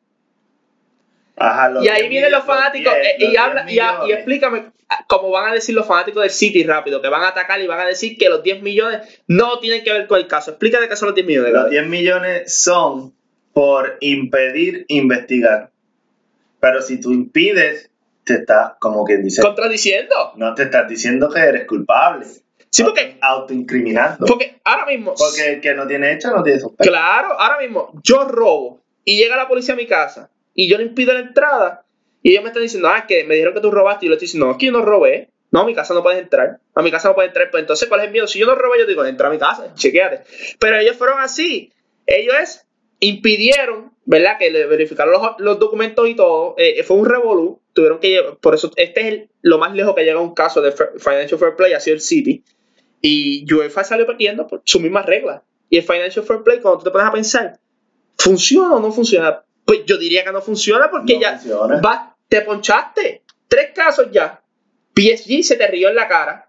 Ajá, y ahí vienen los fanáticos los diez, eh, y, habla, y, a, y explícame cómo van a decir los fanáticos del City rápido, que van a atacar y van a decir que los diez millones no tienen que ver con el caso. Explícate qué son los diez millones. Los diez millones son por impedir investigar. Pero si tú impides, te estás, como quien dice... contradiciendo. No te estás diciendo que eres culpable. Sí, porque... autoincriminando. Porque ahora mismo... Porque el que no tiene hecho no tiene sospecha. Claro, ahora mismo yo robo y llega la policía a mi casa y yo le impido la entrada y ellos me están diciendo, ah, que me dijeron que tú robaste y yo le estoy diciendo, no, es que yo no robé. No, a mi casa no puedes entrar. A mi casa no puedes entrar. Pues entonces, ¿cuál es el miedo? Si yo no robé, yo digo, entra a mi casa, chequéate. Pero ellos fueron así. Ellos es... impidieron, ¿verdad? Que le verificaron los, los documentos y todo. Eh, fue un revolú. Tuvieron que llevar, por eso este es el, lo más lejos que llega un caso de Financial Fair Play, ha sido el City. Y UEFA salió perdiendo por sus mismas reglas. Y el Financial Fair Play, cuando tú te pones a pensar, ¿funciona o no funciona? Pues yo diría que no funciona porque no ya funciona. Va, te ponchaste. Tres casos ya. P S G se te rió en la cara.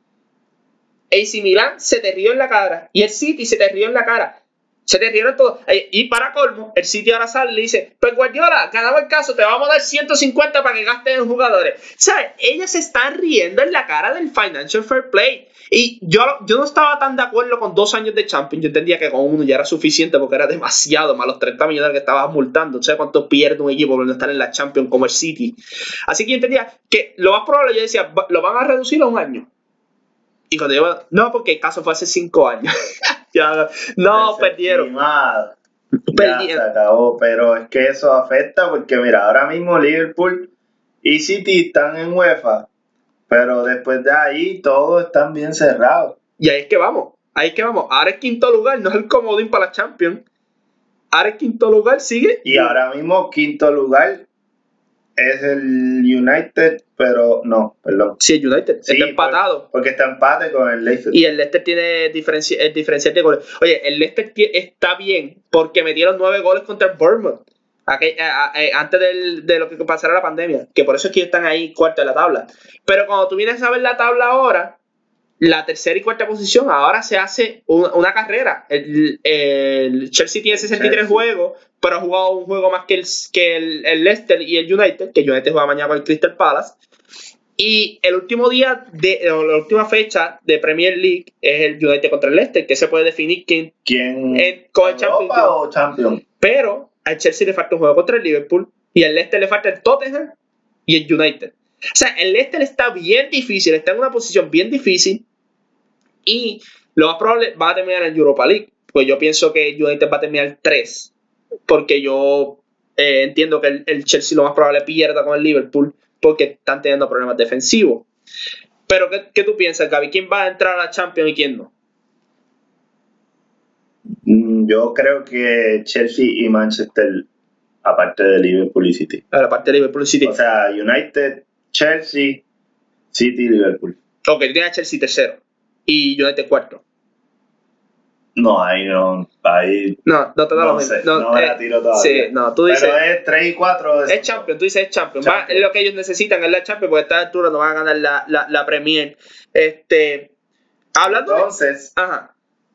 A C Milan se te rió en la cara. Y el City se te rió en la cara. Se te rieron todos. Y para colmo, el City ahora sale y le dice: pues Guardiola, ganamos el caso, te vamos a dar ciento cincuenta para que gastes en jugadores. ¿Sabes? Ellas se están riendo en la cara del Financial Fair Play. Y yo, yo no estaba tan de acuerdo con dos años de Champions. Yo entendía que con uno ya era suficiente porque era demasiado más los treinta millones que estabas multando. ¿Sabes cuánto pierde un equipo por no estar en la Champions como el City? Así que yo entendía que lo más probable, yo decía, lo van a reducir a un año. Y cuando yo, no, porque el caso fue hace cinco años. ya, no, perdieron. Ya Perdieron. se acabó, pero es que eso afecta porque mira, ahora mismo Liverpool y City están en UEFA, pero después de ahí todos están bien cerrados. Y ahí es que vamos, ahí es que vamos. Ahora el quinto lugar no es el comodín para la Champions. Ahora el quinto lugar sigue. Y ahora mismo quinto lugar es el United, pero no, perdón. Sí, el United Sí, está empatado. Porque está empate con el Leicester. Y el Leicester tiene diferenci el diferencial de goles. Oye, el Leicester está bien porque metieron nueve goles contra el Bournemouth aquel, a, a, a, antes del, de lo que pasara la pandemia. Que por eso es que están ahí cuarto de la tabla. Pero cuando tú vienes a ver la tabla ahora, la tercera y cuarta posición, ahora se hace una, una carrera. El, el Chelsea tiene sesenta y tres Chelsea. juegos, pero ha jugado un juego más que el, que el, el Leicester y el United, que el United juega mañana con el Crystal Palace. Y el último día, de la última fecha de Premier League es el United contra el Leicester, que se puede definir quién, ¿Quién en, con el Champions o Champions. Pero al Chelsea le falta un juego contra el Liverpool y al Leicester le falta el Tottenham y el United. O sea, el Leicester está bien difícil, está en una posición bien difícil y lo más probable va a terminar en Europa League. Pues yo pienso que el United va a terminar tres, porque yo eh, entiendo que el, el Chelsea lo más probable pierda con el Liverpool porque están teniendo problemas defensivos. Pero ¿qué, qué tú piensas, Gaby? ¿Quién va a entrar a la Champions y quién no? Yo creo que Chelsea y Manchester, aparte de Liverpool y City. A la parte de Liverpool y City. O sea, United, Chelsea, City y Liverpool. Ok, tú tienes a Chelsea tercero y United cuarto. No, ahí no. Ahí no, no te da no lo mismo. sé, No, no me eh, la tiro todavía. Sí, no, tú dices. Pero es tres y cuatro. Es Champions, tú dices es Champions. Champions. Va, es lo que ellos necesitan, es la Champions, porque a esta altura no van a ganar la, la, la Premier. Este. Hablando Entonces, de. Ajá.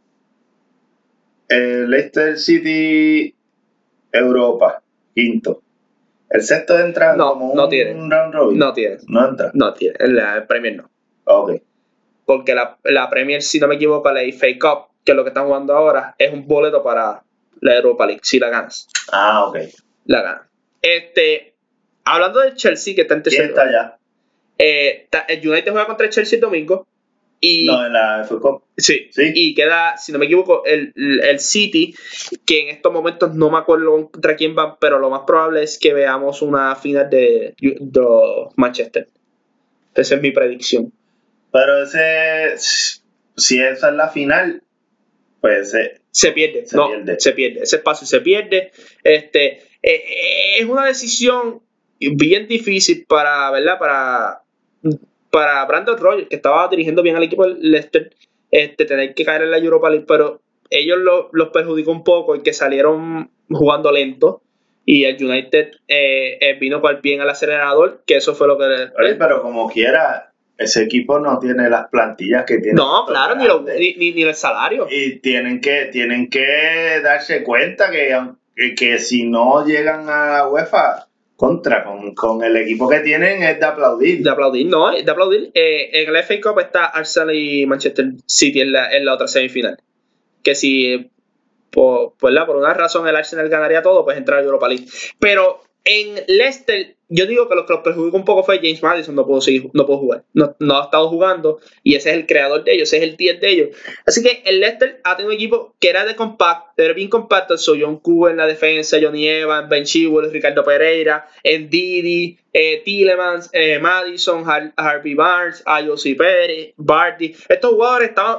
El Leicester City, Europa, quinto. El sexto entra no, como no un tiene. round robin. No tiene. No entra. No tiene. La Premier no. Ok. Porque la, la Premier, si no me equivoco, la F A Cup, que es lo que están jugando ahora, es un boleto para la Europa League, si la ganas. Ah, ok. La ganas. Este, hablando del Chelsea, que está en tercer ¿Quién está allá? Eh, el United juega contra el Chelsea el domingo. Y, no, en la F A Cup. Sí, sí. Y queda, si no me equivoco, el, el City, que en estos momentos no me acuerdo contra quién van, pero lo más probable es que veamos una final de, de Manchester. Esa es mi predicción. Pero ese, si esa es la final, pues eh, se pierde. Se no, pierde. se pierde. Ese espacio se pierde. Este, eh, es una decisión bien difícil para, ¿verdad? Para, para Brandon Rodgers, que estaba dirigiendo bien al equipo del Leicester, este, tener que caer en la Europa League, pero ellos lo, los perjudicó un poco y que salieron jugando lento. Y el United eh, eh, vino con el pie en el acelerador, que eso fue lo que... Oye, pero como quiera, ese equipo no tiene las plantillas que tiene. No, claro, ni, lo, ni, ni, ni el salario. Y tienen que, tienen que darse cuenta que, que, que si no llegan a la UEFA, contra, con, con el equipo que tienen es de aplaudir. De aplaudir, no, es de aplaudir. Eh, en el F A Cup está Arsenal y Manchester City en la, en la otra semifinal. Que si... Por, por, por una razón el Arsenal ganaría todo, pues entrar a Europa League. Pero en Leicester, yo digo que lo que los perjudicó un poco fue James Maddison, no pudo seguir, no pudo jugar. No, no ha estado jugando y ese es el creador de ellos, ese es el diez de ellos. Así que el Leicester ha tenido un equipo que era de compacto, era bien compacto. So John Cuba en la defensa, Johnny Evans, Ben Chilwell, Ricardo Pereira, Ndidi, eh, Tielemans, eh, Maddison, Har- Harvey Barnes, Ayosi Pérez, Barty. Estos jugadores estaban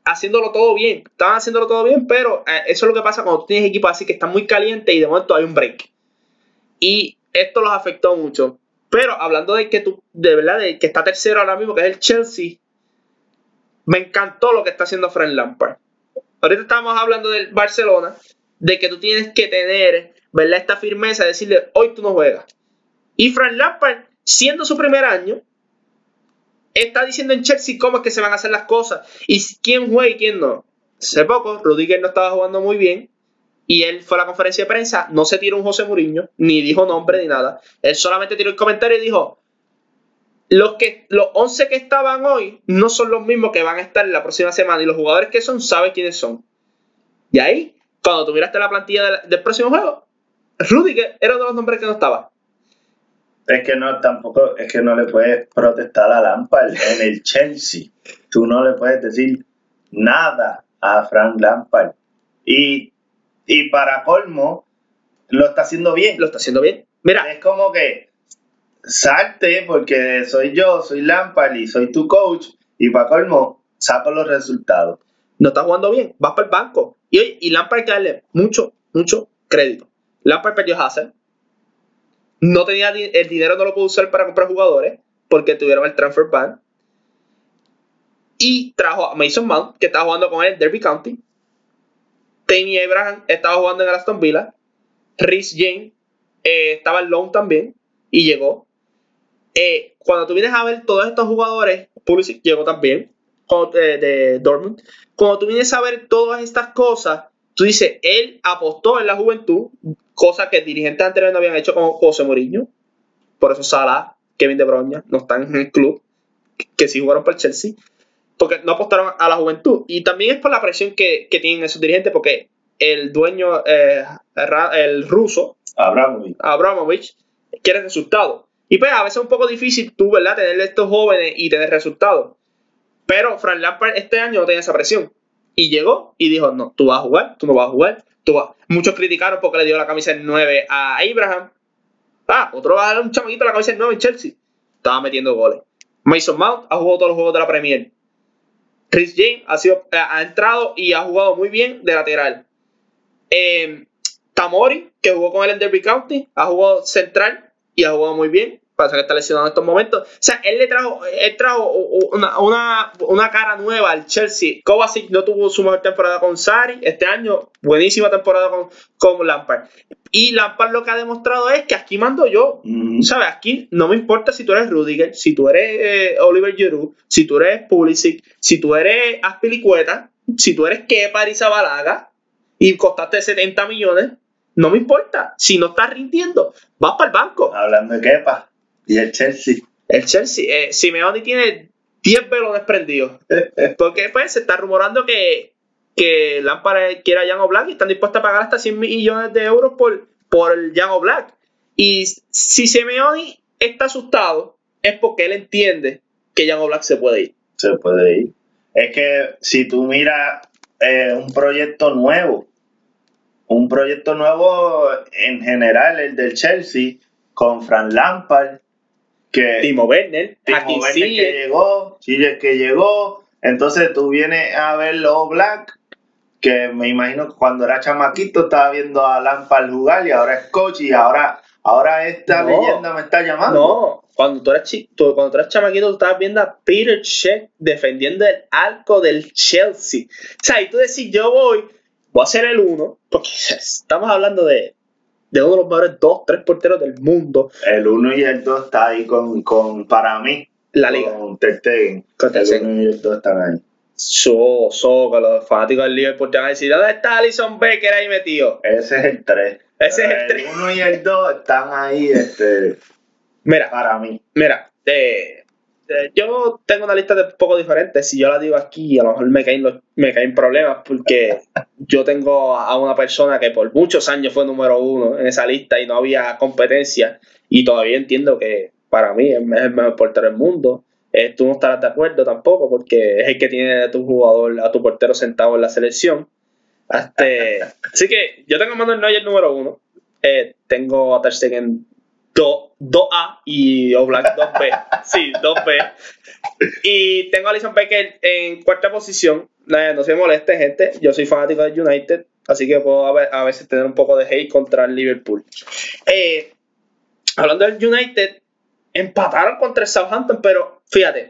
haciéndolo todo bien. Estaban haciéndolo todo bien, pero eh, eso es lo que pasa cuando tú tienes equipos así que están muy calientes y de momento hay un break. Y esto los afectó mucho. Pero hablando de que tú, de verdad, de que está tercero ahora mismo, que es el Chelsea, me encantó lo que está haciendo Frank Lampard. Ahorita estábamos hablando del Barcelona, de que tú tienes que tener, ¿verdad?, esta firmeza de decirle, hoy tú no juegas. Y Frank Lampard, siendo su primer año, está diciendo en Chelsea cómo es que se van a hacer las cosas y quién juega y quién no. Hace poco, Rudiger no estaba jugando muy bien y él fue a la conferencia de prensa, no se tiró un José Mourinho, ni dijo nombre ni nada. Él solamente tiró el comentario y dijo, los, que, los once que estaban hoy no son los mismos que van a estar en la próxima semana y los jugadores que son, saben quiénes son. Y ahí, cuando tú miraste la plantilla del, del próximo juego, Rudiger era uno de los nombres que no estaba. Es que no, tampoco, es que no le puedes protestar a Lampard en el Chelsea. Tú no le puedes decir nada a Frank Lampard. Y, y para colmo, lo está haciendo bien. Lo está haciendo bien. Mira. Es como que salte porque soy yo, soy Lampard y soy tu coach. Y para colmo, saco los resultados. No está jugando bien, vas para el banco. Y oye, y Lampard hay que darle mucho, mucho crédito. Lampard perdió a Hazard. No tenía el dinero, no lo pudo usar para comprar jugadores porque tuvieron el transfer ban. Y trajo a Mason Mount, que estaba jugando con él en Derby County. Tammy Abraham estaba jugando en Aston Villa. Reece James eh, estaba en loan también y llegó. Eh, cuando tú vienes a ver todos estos jugadores, Pulisic llegó también cuando, eh, de Dortmund. Cuando tú vienes a ver todas estas cosas, tú dices, él apostó en la juventud, cosa que dirigentes anteriores no habían hecho con José Mourinho. Por eso Salah, Kevin De Bruyne no están en el club, que sí jugaron para el Chelsea, porque no apostaron a la juventud. Y también es por la presión que, que tienen esos dirigentes, porque el dueño, eh, el ruso, Abramovich. Abramovich, quiere resultados. Y pues a veces es un poco difícil tú, ¿verdad?, tener estos jóvenes y tener resultados. Pero Frank Lampard este año no tenía esa presión. Y llegó y dijo, no, tú vas a jugar, tú no vas a jugar. Tú vas. Muchos criticaron porque le dio la camisa nueve a Abraham. Ah, otro va a dar un chamaquito la camisa nueve en Chelsea. Estaba metiendo goles. Mason Mount ha jugado todos los juegos de la Premier. Reece James ha, sido, ha entrado y ha jugado muy bien de lateral. Eh, Tamori, que jugó con él en Derby County, ha jugado central y ha jugado muy bien. Pasa que está lesionado en estos momentos. O sea, él le trajo, él trajo una, una, una cara nueva al Chelsea. Kovacic no tuvo su mejor temporada con Sarri. Este año, buenísima temporada con, con Lampard. Y Lampard lo que ha demostrado es que aquí mando yo. Mm. ¿Sabes? Aquí no me importa si tú eres Rudiger, si tú eres eh, Oliver Giroud, si tú eres Pulisic, si tú eres Azpilicueta, si tú eres Kepa Arrizabalaga y costaste setenta millones. No me importa. Si no estás rindiendo, vas para el banco. Hablando de Kepa. ¿Y el Chelsea? El Chelsea, eh, Simeone tiene diez velones prendidos. Porque pues se está rumorando que, que Lampard quiere a Jan Oblak y están dispuestos a pagar hasta cien millones de euros por, por el Jan Oblak. Y si Simeone está asustado, es porque él entiende que Jan Oblak se puede ir. Se puede ir. Es que si tú miras eh, un proyecto nuevo, un proyecto nuevo en general, el del Chelsea, con Frank Lampard, que Timo Werner, Timo Werner que llegó, Chile que llegó, entonces tú vienes a ver los Black, que me imagino que cuando era chamaquito estaba viendo a Lampard jugar y ahora es coach y ahora, ahora esta no, leyenda me está llamando. No, cuando tú eras, chi- tú, cuando tú eras chamaquito tú estabas viendo a Peter Cech defendiendo el arco del Chelsea. O sea, y tú decís, yo voy, voy a ser el uno, porque estamos hablando de de uno de los mejores dos, tres porteros del mundo. El uno y el dos está ahí con, con para mí, la liga. Con Ter Stegen. El uno y el dos están ahí. So, so, que los fanáticos del Liverpool te van a decir, ¿dónde está Alisson Becker ahí metido? Ese es el tres. Ese Pero es el tres. El uno y el dos están ahí, este, mira, para mí. Mira, eh, eh, yo tengo una lista de un poco diferente. Si yo la digo aquí, a lo mejor me caen, los, me caen problemas porque yo tengo a una persona que por muchos años fue número uno en esa lista y no había competencia. Y todavía entiendo que para mí es el mejor portero del mundo. Eh, tú no estarás de acuerdo tampoco porque es el que tiene a tu jugador, a tu portero sentado en la selección. Este, así que yo tengo a Manuel Neuer número uno. Eh, tengo a Ter Stegen dos. dos A y Oblak dos B. Sí, dos B. Y tengo a Alisson Becker en cuarta posición. No se moleste, gente. Yo soy fanático del United, así que puedo a veces tener un poco de hate contra el Liverpool. Eh, hablando del United, empataron contra el Southampton, pero fíjate,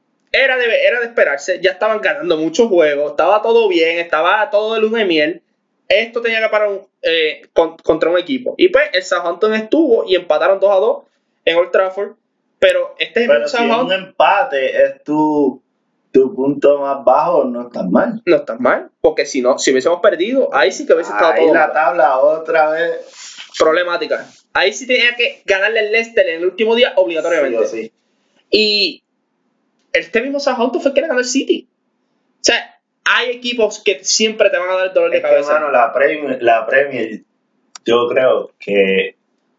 era de, era de esperarse. Ya estaban ganando muchos juegos, estaba todo bien, estaba todo de luna de miel. Esto tenía que parar un, eh, con, contra un equipo. Y pues el Southampton estuvo y empataron dos a dos en Old Trafford. Pero este es Pero el si Southampton. un empate es tu, tu punto más bajo, no está mal. No está mal, porque si no, si hubiésemos perdido, ahí sí que hubiese estado Ahí todo la mal. tabla otra vez. Problemática. Ahí sí tenía que ganarle al Leicester en el último día obligatoriamente. Sí o sí. Y este mismo Southampton fue el que le ganó el City. O sea, hay equipos que siempre te van a dar el dolor de Es que, cabeza. hermano, la Premier, la Premier, yo creo que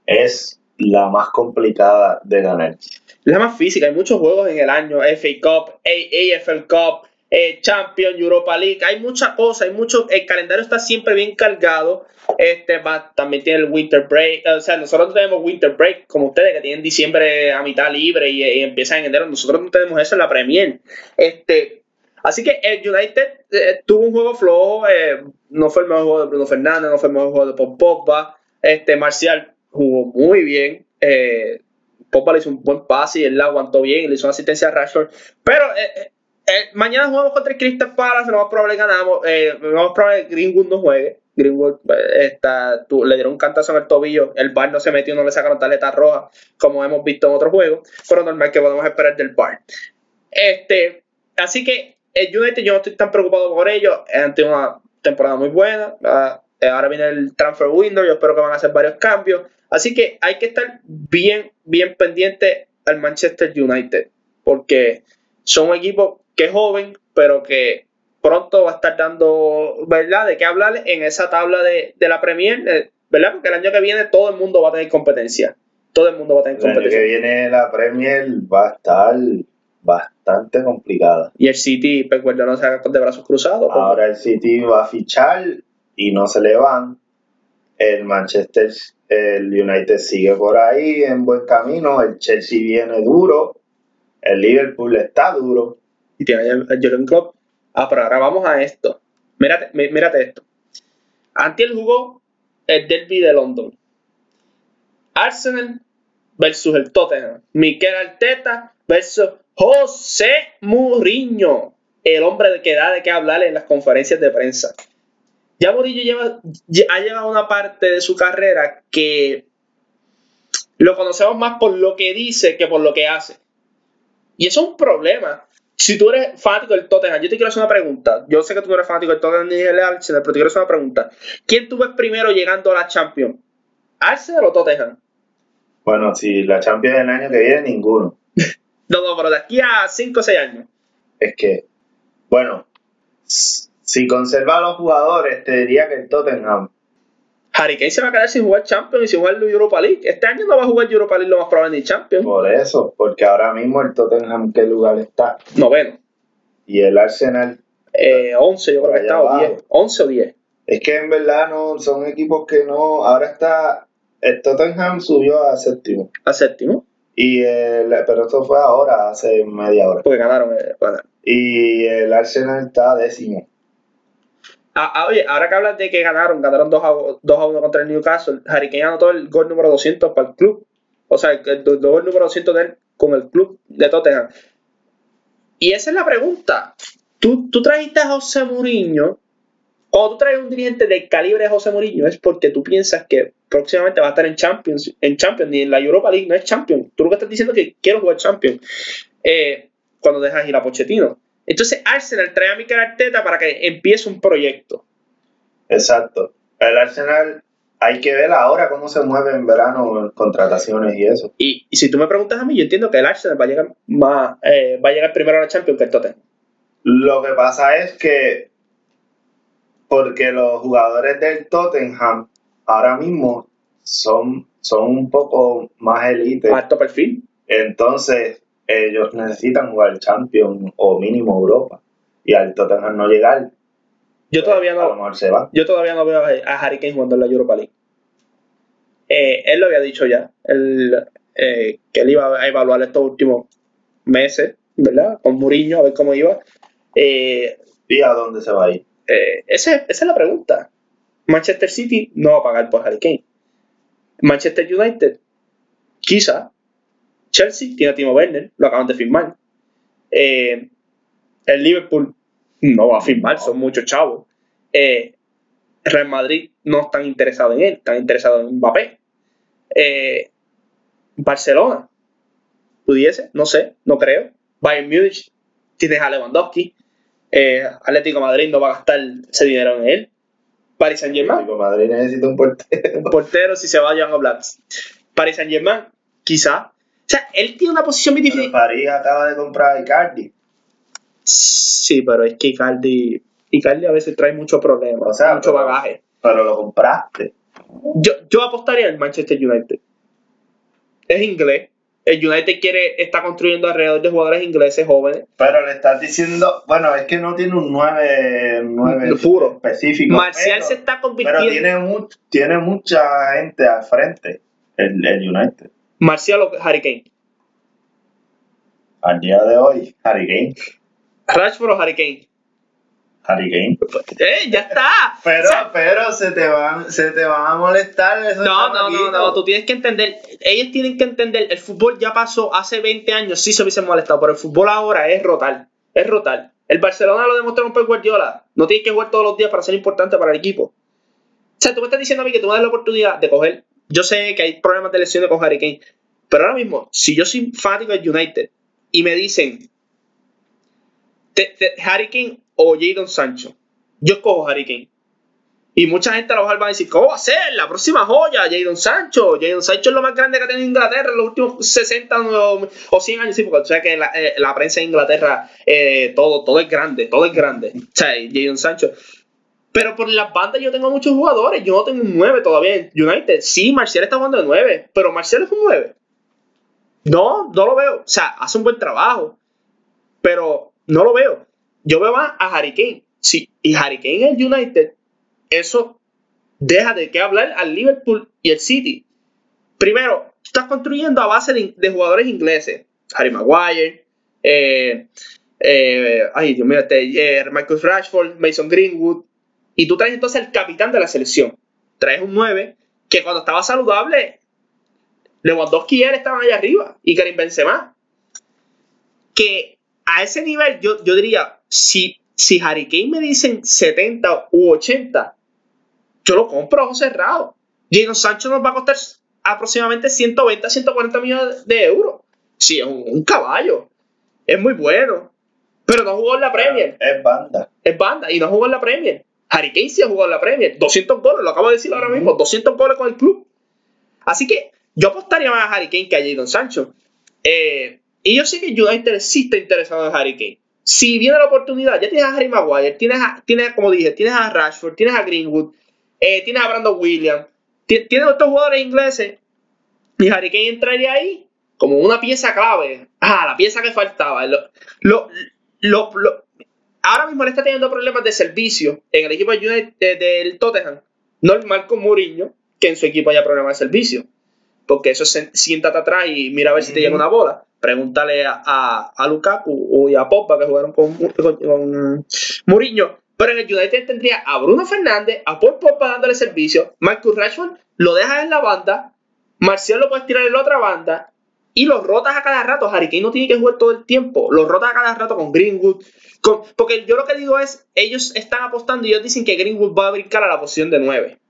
es la más complicada de ganar. La más física, hay muchos juegos en el año, F A Cup, A F L Cup, eh, Champions, Europa League, hay muchas cosas, hay mucho, el calendario está siempre bien cargado. Este va, también tiene el Winter Break, o sea, nosotros no tenemos Winter Break como ustedes que tienen diciembre a mitad libre y, y empiezan en enero. Nosotros no tenemos eso en la Premier. Este, así que el United eh, tuvo un juego flojo, eh, no fue el mejor juego de Bruno Fernández, no fue el mejor juego de Paul Pogba. Este, Martial jugó muy bien. Eh, Pogba le hizo un buen pase y él la aguantó bien, le hizo una asistencia a Rashford. Pero eh, eh, mañana jugamos contra el Crystal Palace, lo más probable ganamos. Eh, lo más probable que Greenwood no juegue. Greenwood eh, está, tú, le dieron un cantazo en el tobillo, el V A R no se metió, no le sacaron tarjeta roja, como hemos visto en otros juegos, pero normal que podemos esperar del V A R. Este, así que el United yo no estoy tan preocupado por ellos, han tenido una temporada muy buena. Uh, ahora viene el transfer window, yo espero que van a hacer varios cambios. Así que hay que estar bien, bien pendiente al Manchester United, porque son un equipo que es joven, pero que pronto va a estar dando, ¿verdad?, de qué hablar en esa tabla de, de la Premier, ¿verdad? Porque el año que viene todo el mundo va a tener competencia. Todo el mundo va a tener El año competencia. que viene la Premier va a estar bastante complicada. Y el City, pues, no se haga de brazos cruzados. Ahora el City va a fichar y no se le van. El Manchester, el United sigue por ahí en buen camino. El Chelsea viene duro. El Liverpool está duro. Y tiene el Jurgen Klopp. Ah, pero ahora vamos a esto. Mírate, mírate esto. Antiel jugó el derby de London. Arsenal versus el Tottenham. Mikel Arteta versus José Mourinho. El hombre que da de qué hablar en las conferencias de prensa. Ya Mourinho lleva, ha llegado a una parte de su carrera que lo conocemos más por lo que dice que por lo que hace. Y eso es un problema. Si tú eres fanático del Tottenham, yo te quiero hacer una pregunta. Yo sé que tú no eres fanático del Tottenham ni del Arsenal, pero te quiero hacer una pregunta. ¿Quién tú ves primero llegando a la Champions? ¿Arsenal o Tottenham? Bueno, si la Champions del año que viene, ninguno. No, no, pero de aquí a cinco o seis años. Es que, bueno, si conserva a los jugadores, te diría que el Tottenham. Harry Kane se va a quedar sin jugar Champions y sin jugar Europa League. Este año no va a jugar Europa League lo más probable ni Champions. Por eso, porque ahora mismo el Tottenham, ¿qué lugar está? Noveno. Y el Arsenal. Eh, once, yo creo que está, o diez. once o diez. Es que en verdad no son equipos que no. Ahora está. El Tottenham subió a séptimo. A séptimo. Y el, pero esto fue ahora, hace media hora. Porque ganaron. Eh, bueno. Y el Arsenal está décimo. Ah, ah, oye, ahora que hablas de que ganaron, ganaron dos a uno contra el Newcastle. Harry Kane anotó el gol número doscientos para el club. O sea, el, el, el gol número doscientos de él con el club de Tottenham. Y esa es la pregunta. Tú, tú trajiste a José Mourinho. Cuando tú traes un dirigente del calibre de José Mourinho es porque tú piensas que próximamente va a estar en Champions, en Champions, ni en la Europa League, no es Champions. Tú lo que estás diciendo es que quiero jugar Champions eh, cuando dejas ir a Pochettino. Entonces Arsenal trae a Mikel Arteta para que empiece un proyecto. Exacto. El Arsenal hay que ver ahora cómo se mueve en verano en contrataciones y eso. Y, y si tú me preguntas a mí, yo entiendo que el Arsenal va a llegar más, eh, va a llegar primero a la Champions que el Tottenham. Lo que pasa es que porque los jugadores del Tottenham ahora mismo son, son un poco más elite. Alto perfil. Entonces ellos necesitan jugar Champions o mínimo Europa. Y al Tottenham no llegar, yo todavía no, a lo mejor se va. Yo todavía no veo a Harry Kane jugando en la Europa League. Eh, él lo había dicho ya. Él, eh, que él iba a evaluar estos últimos meses, ¿verdad? Con Mourinho, a ver cómo iba. Eh, ¿Y a dónde se va a ir? eh, ese, esa es la pregunta. Manchester City no va a pagar por Harry Kane. Manchester United, quizá. Chelsea tiene a Timo Werner, lo acaban de firmar. Eh, el Liverpool no va a firmar, No. son muchos chavos. Eh, Real Madrid no están interesados en él, están interesados en Mbappé. Eh, Barcelona, pudiese, no sé, no creo. Bayern Múnich, tienes a Lewandowski. Eh, Atlético de Madrid no va a gastar ese dinero en él. Paris Saint Germain, Atlético de Madrid necesita un portero. un portero si se va a Joan Oblak. Paris Saint Germain, quizá. O sea, él tiene una posición muy Pero difícil. París acaba de comprar a Icardi. Sí, pero es que Icardi, Icardi a veces trae muchos problemas, O sea, mucho pero- bagaje. Pero lo compraste. Yo, yo apostaría al Manchester United. Es inglés. El United quiere, está construyendo alrededor de jugadores ingleses jóvenes. Pero le estás diciendo, bueno, es que no tiene un nueve, un nueve Puro. específico. Marcial pero, se está pero convirtiendo. tiene, mu- tiene mucha gente al frente, el, el United. Marcial o Harry Kane. Al día de hoy, Harry Kane. Rashford o Harry Kane. Harry Kane. ¡Eh! ¡Ya está! Pero, O sea, pero se te van, se te van a molestar esos no, no, no, chamaquitos. no, tú tienes que entender, ellos tienen que entender, el fútbol ya pasó hace veinte años, sí se hubiesen molestado, pero el fútbol ahora es rotar, es rotar. El Barcelona lo demostró con Pep Guardiola, no tienes que jugar todos los días para ser importante para el equipo. O sea, tú me estás diciendo a mí que tú me das la oportunidad de coger, yo sé que hay problemas de lesiones con Harry Kane, pero ahora mismo, si yo soy fanático del United y me dicen te, te, Harry Kane o Jadon Sancho, yo escojo Harry Kane. Y mucha gente a lo mejor va a decir, ¿cómo va a ser? La próxima joya, Jadon Sancho. Jadon Sancho es lo más grande que ha tenido Inglaterra en los últimos sesenta o cien años. Sí, porque tú sabes que la, eh, la prensa de Inglaterra, eh, todo, todo es grande, todo es grande. O sea, Jadon Sancho. Pero por las bandas yo tengo muchos jugadores. Yo no tengo un nueve todavía en United. Sí, Marcial está jugando de nueve, pero Marcial es un nueve. No, no lo veo. O sea, hace un buen trabajo, pero no lo veo. Yo veo más a Harry Kane. Sí, y Harry Kane en el United, eso deja de qué hablar al Liverpool y el City. Primero, estás construyendo a base de, de jugadores ingleses. Harry Maguire, eh, eh, ay Dios mío, este, eh, Marcus Rashford, Mason Greenwood. Y tú traes entonces al capitán de la selección. Traes un nueve que cuando estaba saludable, Lewandowski y él estaban allá arriba. Y Karim Benzema. Que a ese nivel yo, yo diría, si, si Harry Kane me dicen setenta u ochenta, yo lo compro a ojos cerrados. Jadon Sancho nos va a costar aproximadamente ciento veinte a ciento cuarenta millones de euros. Sí, es un, un caballo. Es muy bueno. Pero no jugó en la Premier. Es banda. Es banda y no jugó en la Premier. Harry Kane sí ha jugado en la Premier. doscientos goles, lo acabo de decir ahora mismo. doscientos goles con el club. Así que yo apostaría más a Harry Kane que a Jadon Sancho. Eh, y yo sé que United sí está interesado en Harry Kane. Si viene la oportunidad, ya tienes a Harry Maguire, tienes, a, tienes como dije, tienes a Rashford, tienes a Greenwood, eh, tienes a Brandon Williams, tienes estos jugadores ingleses y Harry Kane entraría ahí como una pieza clave. Ah, la pieza que faltaba. Lo, lo, lo, lo, ahora mismo le está teniendo problemas de servicio en el equipo de United, de, del Tottenham. Normal con Mourinho, que en su equipo haya problemas de servicio. Porque eso es siéntate atrás y mira a ver si te llega una bola. Pregúntale a, a, a Lukaku o a Pogba que jugaron con, con, con Mourinho. Pero en el United tendría a Bruno Fernández, a Paul Pogba dándole servicio, Marcus Rashford lo dejas en la banda, Marcial lo puedes tirar en la otra banda y los rotas a cada rato. Harry Kane no tiene que jugar todo el tiempo, los rotas a cada rato con Greenwood. Con, porque yo lo que digo es, ellos están apostando y ellos dicen que Greenwood va a brincar a la posición de nueve.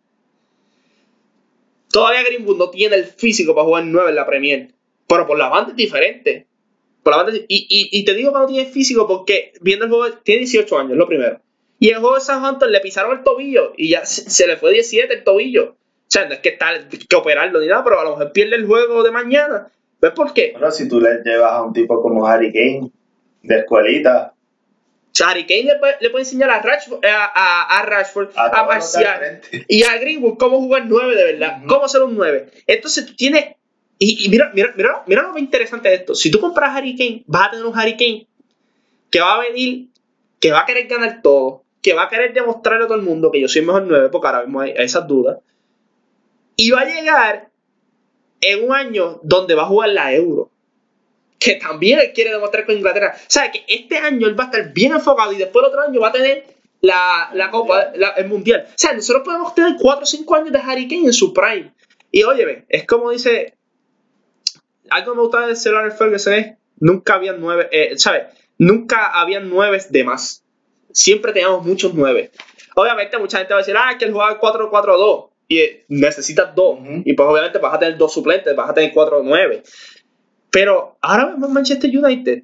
Todavía Greenwood no tiene el físico para jugar nueve en la Premier. Pero por la banda es diferente. Por la banda es, y, y, y te digo que no tiene físico porque viendo el juego, tiene dieciocho años, lo primero. Y en el juego de Southampton le pisaron el tobillo y ya se, se le fue diecisiete el tobillo. O sea, no es que está que operarlo ni nada, pero a lo mejor pierde el juego de mañana. ¿Ves por qué? Bueno, si tú le llevas a un tipo como Harry Kane, de escuelita. O sea, Harry Kane le puede, le puede enseñar a Rashford, a, a, a, Rashford, A a Marcial y a Greenwood cómo jugar nueve de verdad, uh-huh. Cómo ser un nueve. Entonces tú tienes... Y, y mira, mira, mira, mira lo más interesante de esto. Si tú compras a Harry Kane, vas a tener un Harry Kane que va a venir, que va a querer ganar todo, que va a querer demostrarle a todo el mundo que yo soy el mejor nueve, porque ahora mismo hay esas dudas. Y va a llegar en un año donde va a jugar la Euro, que también él quiere demostrar con Inglaterra. O sea, que este año él va a estar bien enfocado y después el otro año va a tener la, la Copa, la, el Mundial. O sea, nosotros podemos tener cuatro o cinco años de Harry Kane en su prime. Y óyeme, es como dice, algo que me gusta de Sir Alex Ferguson es, nunca habían nueve, eh, ¿sabes? Nunca habían nueve de más. Siempre teníamos muchos nueve. Obviamente mucha gente va a decir, ah, que él jugaba cuatro cuatro dos y eh, necesitas dos. Uh-huh. Y pues obviamente vas a tener dos suplentes, vas a tener cuatro nueve. Pero ahora mismo en Manchester United,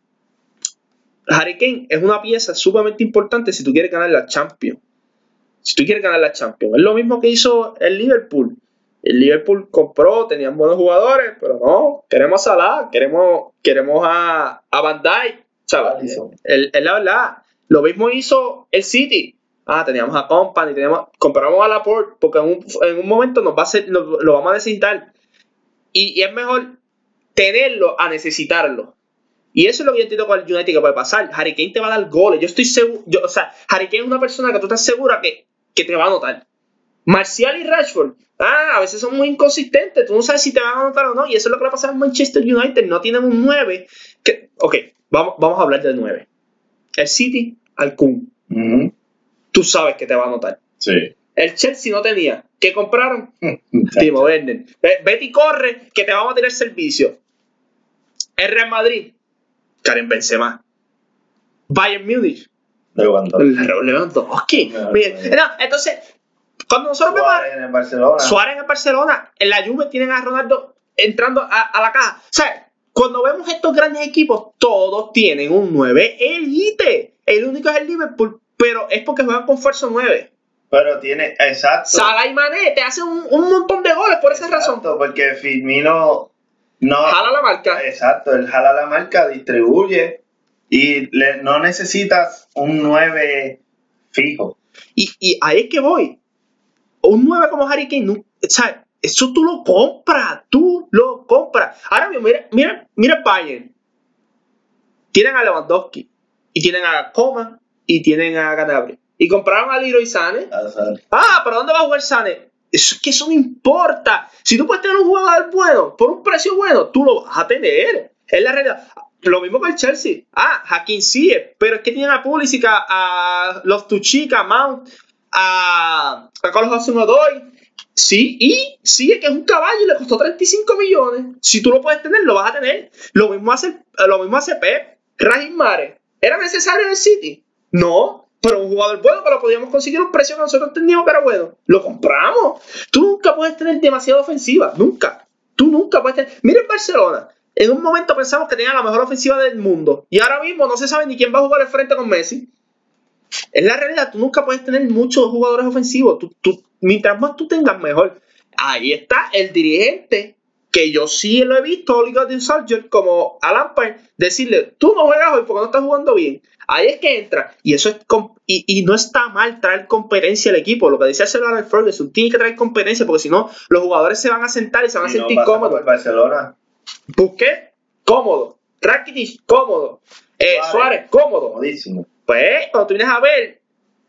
Harry Kane es una pieza sumamente importante si tú quieres ganar la Champions. Si tú quieres ganar la Champions. Es lo mismo que hizo el Liverpool. El Liverpool compró, tenían buenos jugadores, pero no, queremos a Salah, queremos, queremos a, a Van Dijk, ¿sabes? Es la verdad. Lo mismo hizo el City. Ah, teníamos a Company, teníamos, compramos a Laporte, porque en un, en un momento nos va a ser, nos, lo vamos a necesitar. Y, y es mejor tenerlo a necesitarlo. Y eso es lo que yo entiendo con el United que puede pasar. Harry Kane te va a dar goles. Yo estoy seguro, yo, o sea, Harry Kane es una persona que tú estás segura que, que te va a anotar. Martial y Rashford, ah, a veces son muy inconsistentes. Tú no sabes si te van a anotar o no. Y eso es lo que le pasa en Manchester United. No tienen un nueve. Que, ok, vamos, vamos a hablar del nueve. El City, al Kun. Uh-huh. Tú sabes que te va a anotar. Sí. El Chelsea no tenía. ¿Qué compraron? Timo Werner. Betty corre, que te vamos a tirar servicio. El Real Madrid, Karim Benzema. Bayern Múnich, Lewandowski. No, entonces, cuando nosotros Suárez vemos en Barcelona. Suárez en Barcelona, en la Juve tienen a Ronaldo entrando a, a la caja. O sea, cuando vemos estos grandes equipos, todos tienen un nueve elite. El único es el Liverpool, pero es porque juegan con fuerza nueve. Pero tiene, exacto. Salah y Mané te hacen un, un montón de goles por esa exacto, razón. Porque Firmino no jala la marca. Exacto, él jala la marca, distribuye y le, no necesitas un nueve fijo. Y, y ahí es que voy. Un nueve como Harry Kane, no, o sea, eso tú lo compras, tú lo compras. Ahora mismo, mira, mira, mira Bayern. Tienen a Lewandowski, y tienen a Coman, y tienen a Gnabry. Y compraron a Leroy Sané. Ah, ¿pero dónde va a jugar Sané? Eso, es que eso no importa. Si tú puedes tener un jugador bueno, por un precio bueno, tú lo vas a tener. Es la realidad. Lo mismo con el Chelsea. Ah, Hakim Ziyech, pero es que tienen a Pulisic, a Loftus-Cheek, a Mount, a, a Carlos Hudson-Odoi. Sí, y Ziyech, que es un caballo y le costó treinta y cinco millones. Si tú lo puedes tener, lo vas a tener. Lo mismo hace, lo mismo hace Pep. Raheem Mahrez, ¿era necesario en el City? No, pero un jugador bueno que lo podíamos conseguir a un precio que nosotros entendíamos que era bueno. Lo compramos. Tú nunca puedes tener demasiada ofensiva. Nunca. Tú nunca puedes tener. Mira en Barcelona. En un momento pensamos que tenía la mejor ofensiva del mundo. Y ahora mismo no se sabe ni quién va a jugar al frente con Messi. Es la realidad. Tú nunca puedes tener muchos jugadores ofensivos. Tú, tú, mientras más tú tengas, mejor. Ahí está el dirigente, que yo sí lo he visto, Ole Gunnar Solskjaer, como a Lampard, decirle, tú no juegas hoy porque no estás jugando bien. Ahí es que entra. Y eso es y, y no está mal traer competencia al equipo. Lo que decía Sir Alex Ferguson, tiene que traer competencia porque si no, los jugadores se van a sentar y se van a y sentir no cómodos. Barcelona. Busqué, cómodo. Rakitic, cómodo. Eh, Suárez, Suárez, cómodo. Comodísimo. Pues, cuando tú vienes a ver,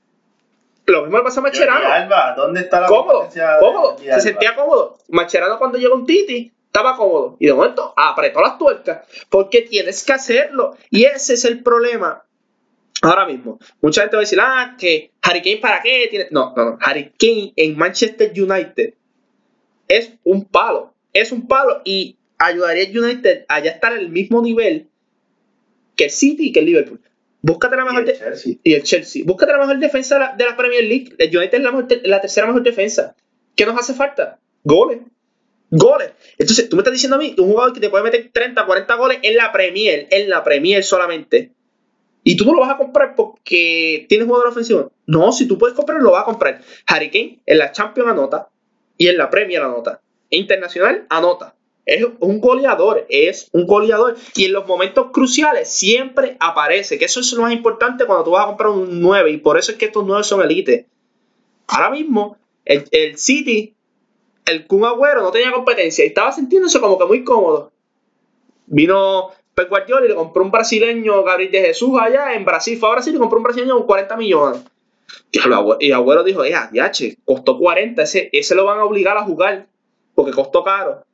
lo mismo le pasa a Mascherano. Alba, ¿dónde está la cómodo, cómodo. Se sentía cómodo. Mascherano cuando llegó un Titi estaba cómodo. Y de momento apretó las tuercas. Porque tienes que hacerlo. Y ese es el problema. Ahora mismo. Mucha gente va a decir, ah, que Harry Kane para qué tiene. No, no, no. Harry Kane en Manchester United es un palo. Es un palo. Y ayudaría al United a ya estar en el mismo nivel que el City y que el Liverpool. Búscate la mejor y el de- Chelsea. y el Chelsea. Búscate la mejor defensa de la, de la Premier League. El United es la, mejor, la tercera mejor defensa. ¿Qué nos hace falta? Goles. Goles. Entonces, tú me estás diciendo a mí, un jugador que te puede meter treinta, cuarenta goles en la Premier, en la Premier solamente. Y tú no lo vas a comprar porque tienes jugador ofensivo. No, si tú puedes comprar, lo vas a comprar. Harry Kane en la Champions anota y en la Premier anota. Internacional anota. Es un goleador, es un goleador. Y en los momentos cruciales siempre aparece. Que eso es lo más importante cuando tú vas a comprar un nueve. Y por eso es que estos nueve son elite. Ahora mismo, el, el City, el Kun Agüero no tenía competencia. Y estaba sintiéndose como que muy cómodo. Vino Pep Guardiola y le compró un brasileño, Gabriel de Jesús, allá en Brasil. Fue a Brasil y le compró un brasileño con cuarenta millones. Y Agüero dijo, ya, ya, che, costó cuarenta. Ese, ese lo van a obligar a jugar. Porque costó caro.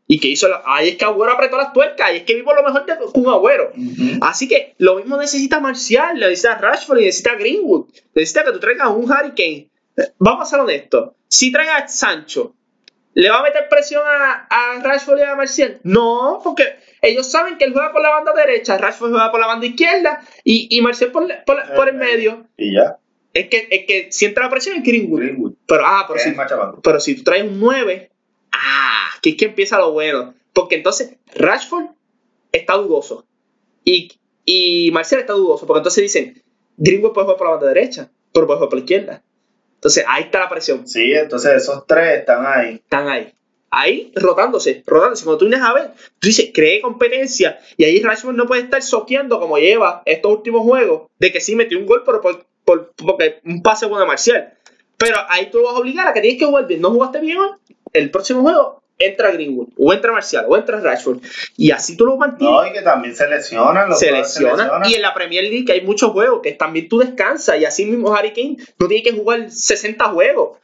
Y que hizo, la, ahí es que Agüero apretó las tuercas, ahí es que vimos lo mejor de Kun Agüero. Uh-huh. Así que lo mismo necesita Marcial, necesita Rashford y necesita Greenwood. Necesita que tú traigas un Harry Kane. Vamos a ser honestos. Si traigas a Sancho, ¿le va a meter presión a, a Rashford y a Marcial? No, porque ellos saben que él juega por la banda derecha, Rashford juega por la banda izquierda y, y Marcial por, por, eh, por el medio. Y ya. Es que, es que si entra la presión es Greenwood. Greenwood. Pero, ah, pero, si, pero si tú traes un nueve, ah, que es que empieza lo bueno. Porque entonces Rashford está dudoso y, y Marcial está dudoso. Porque entonces dicen, Greenwood puede jugar por la banda derecha, pero puede jugar por la izquierda. Entonces ahí está la presión. Sí, entonces esos tres están ahí. Están ahí. Ahí rotándose, rotándose. Cuando tú vienes a ver, tú dices, cree competencia. Y ahí Rashford no puede estar soqueando como lleva estos últimos juegos. De que sí metió un gol, pero por, por, porque un pase bueno de Marcial. Pero ahí tú lo vas a obligar a que tienes que jugar bien. No jugaste bien hoy, el próximo juego entra Greenwood, o entra Marcial, o entra Rashford. Y así tú lo mantienes. No, y que también se lesionan. Los se lesionan. Y en la Premier League hay muchos juegos que también tú descansas. Y así mismo Harry Kane no tiene que jugar sesenta juegos.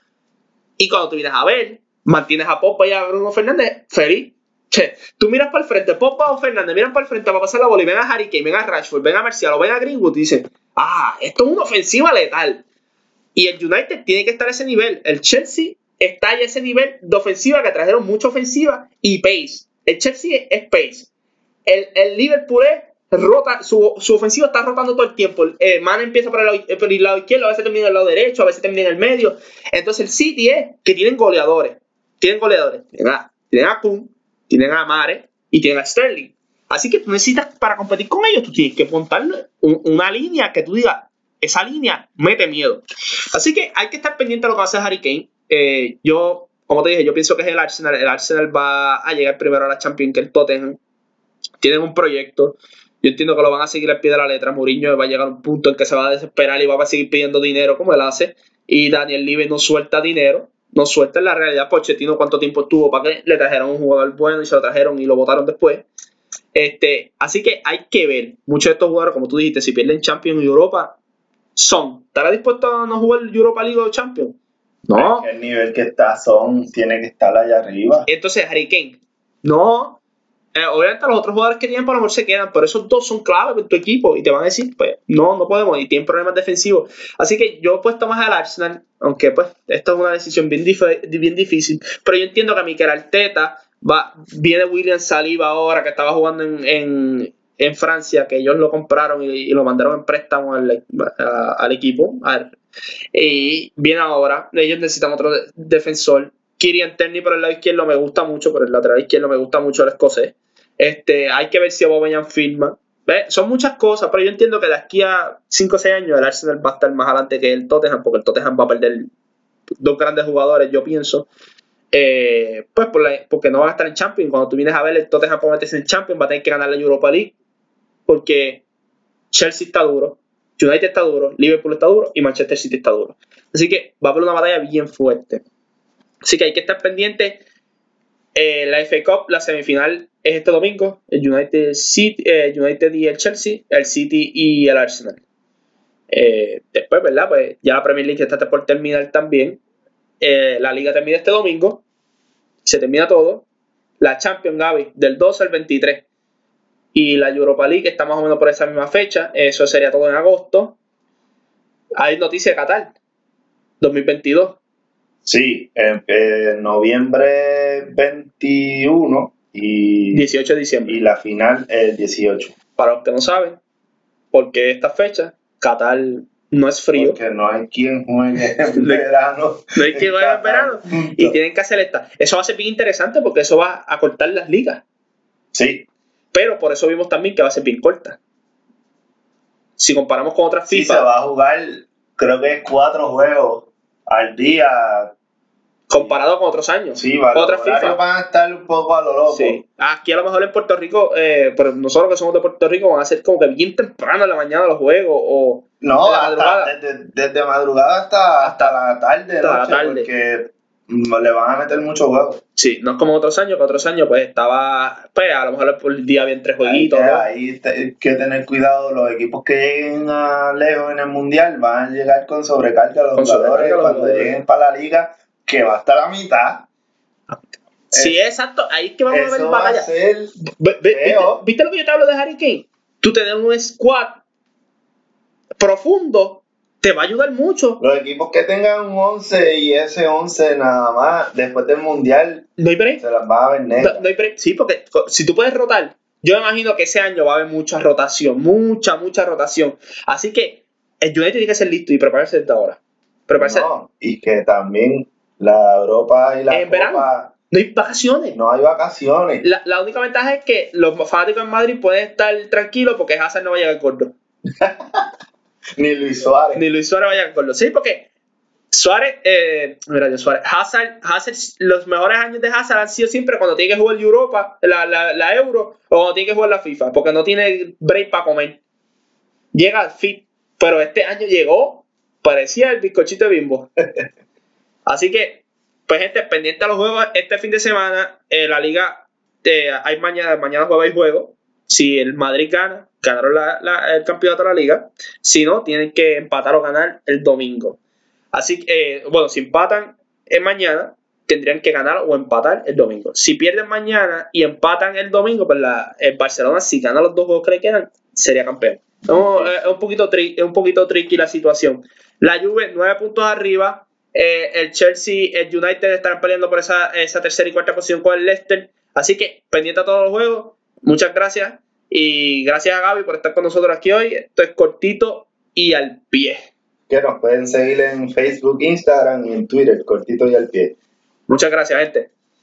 Y cuando tú vienes a ver, mantienes a Pogba y a Bruno Fernández feliz. Che, tú miras para el frente, Pogba o Fernández miran para el frente para pasar la bola y ven a Harry Kane, ven a Rashford, ven a Marcial o ven a Greenwood y dicen, ah, esto es una ofensiva letal. Y el United tiene que estar a ese nivel. El Chelsea está ya a ese nivel de ofensiva, que trajeron mucha ofensiva y pace. El Chelsea es pace. El, el Liverpool es rota, su, su ofensiva está rotando todo el tiempo. Eh, Man empieza por el, lado, por el lado izquierdo, a veces termina en el lado derecho, a veces termina en el medio. Entonces el City es que tienen goleadores. Tienen goleadores. Tienen a, tienen a Kun, tienen a Mare y tienen a Sterling. Así que tú necesitas, para competir con ellos, tú tienes que montarle un, una línea que tú digas, esa línea mete miedo. Así que hay que estar pendiente de lo que va a hacer Harry Kane. Eh, yo, como te dije, yo pienso que es el Arsenal. El Arsenal va a llegar primero a la Champions que el Tottenham. Tienen un proyecto. Yo entiendo que lo van a seguir al pie de la letra. Mourinho va a llegar a un punto en que se va a desesperar y va a seguir pidiendo dinero como él hace. Y Daniel Levy no suelta dinero. No suelta en la realidad. Pochettino, ¿cuánto tiempo estuvo para que le trajeron un jugador bueno y se lo trajeron y lo votaron después? Este, así que hay que ver. Muchos de estos jugadores, como tú dijiste, si pierden Champions y Europa, son. ¿Estará dispuesto a no jugar Europa League o Champions? No. El nivel que está Son tiene que estar allá arriba. Entonces, Harry Kane, no. Eh, obviamente los otros jugadores que tienen por lo mejor se quedan, pero esos dos son clave en tu equipo y te van a decir, pues, no, no podemos, y tienen problemas defensivos. Así que yo he puesto más al Arsenal, aunque pues esta es una decisión bien, dif- bien difícil, pero yo entiendo que a Mikel Arteta va, viene William Saliba ahora, que estaba jugando en, en, en Francia, que ellos lo compraron y, y lo mandaron en préstamo al, a, al equipo, a, y viene ahora, ellos necesitan otro de, defensor. Kieran Tierney por el lado izquierdo me gusta mucho, por el lateral izquierdo me gusta mucho el escocés. Este, hay que ver si Aubameyang firma. ¿Ves? Son muchas cosas, pero yo entiendo que de aquí a cinco o seis años el Arsenal va a estar más adelante que el Tottenham, porque el Tottenham va a perder dos grandes jugadores, yo pienso. Eh, pues por la, porque no va a estar en Champions. Cuando tú vienes a ver el Tottenham para meterse en Champions, va a tener que ganar la Europa League, porque Chelsea está duro, United está duro, Liverpool está duro y Manchester City está duro. Así que va a haber una batalla bien fuerte. Así que hay que estar pendiente. Eh, la F A Cup, la semifinal es este domingo. El United, City, eh, United y el Chelsea, el City y el Arsenal. Eh, después, ¿verdad? Pues ya la Premier League está por terminar también. Eh, la Liga termina este domingo. Se termina todo. La Champions, Gaby, del doce al veintitrés. Y la Europa League está más o menos por esa misma fecha. Eso sería todo en agosto. Hay noticias de Qatar dos mil veintidós. Sí, en, en noviembre veintiuno y dieciocho de diciembre. Y la final el dieciocho. Para los que no saben, porque esta fecha, Qatar no es frío. Porque no hay quien juegue en verano. No hay quien juegue en verano. Y tienen que hacer esta. Eso va a ser bien interesante porque eso va a cortar las ligas. Sí. Pero por eso vimos también que va a ser bien corta. Si comparamos con otras FIFA. Sí, se va a jugar, creo que es cuatro juegos al día. Comparado con otros años. Sí, vale, otras FIFA van a estar un poco a lo loco. Sí. Aquí a lo mejor en Puerto Rico, eh, pero nosotros que somos de Puerto Rico, van a ser como que bien temprano en la mañana los juegos. O no, de la hasta, madrugada. Desde, desde madrugada hasta, hasta la tarde, hasta noche, la tarde. Porque le van a meter muchos huevos. Sí, no es como otros años, que otros años pues estaba, pues a lo mejor por el día habían tres jueguitos. Ahí hay que tener cuidado, los equipos que lleguen a lejos en el mundial van a llegar con sobrecarga a los con jugadores sobrecarga cuando los lleguen para la liga, que va hasta la mitad. Sí, Es- exacto. Ahí es que vamos a ver Eso va a batalla. ser Ve- ve- ¿Viste, feo. viste lo que yo te hablo de Harry Kane? Tú tener un squad profundo te va a ayudar mucho. Los equipos que tengan un once y ese once nada más, después del mundial, No hay break. se las va a ver No, negras. no hay break. Sí, porque co- si tú puedes rotar, yo me imagino que ese año va a haber mucha rotación, mucha, mucha rotación. Así que el United tiene que ser listo y prepararse desde ahora. Prepararse. No, y que también la Europa y la En verano. Copa, No hay vacaciones. no hay vacaciones. La, la única ventaja es que los fanáticos en Madrid pueden estar tranquilos porque Hazard no va a llegar gordo. Ni Luis Suárez. Ni Luis Suárez va a llegar gordo. Sí, porque Suárez, eh, mira yo Suárez, Hazard, Hazard, los mejores años de Hazard han sido siempre cuando tiene que jugar Europa, la, la, la Euro, o cuando tiene que jugar la FIFA, porque no tiene break para comer. Llega al fit, pero este año llegó, parecía el bizcochito de Bimbo. Así que, pues gente, pendiente a los juegos este fin de semana, eh, la liga, eh, hay mañana, mañana juega y juego. Si el Madrid gana, ganaron la, la, el campeonato de la liga. Si no, tienen que empatar o ganar el domingo. Así que, eh, bueno, si empatan en mañana, tendrían que ganar o empatar el domingo. Si pierden mañana y empatan el domingo, pues la, el Barcelona, si gana los dos juegos que le quedan, sería campeón. No, es un poquito tri, es un poquito tricky la situación. La Juve, nueve puntos arriba. Eh, el Chelsea, el United estarán peleando por esa, esa tercera y cuarta posición con el Leicester. Así que, pendiente a todos los juegos. Muchas gracias. Y gracias a Gaby por estar con nosotros aquí hoy. Esto es cortito y al pie. Que nos pueden seguir en Facebook, Instagram y en Twitter, cortito y al pie. Muchas gracias, gente.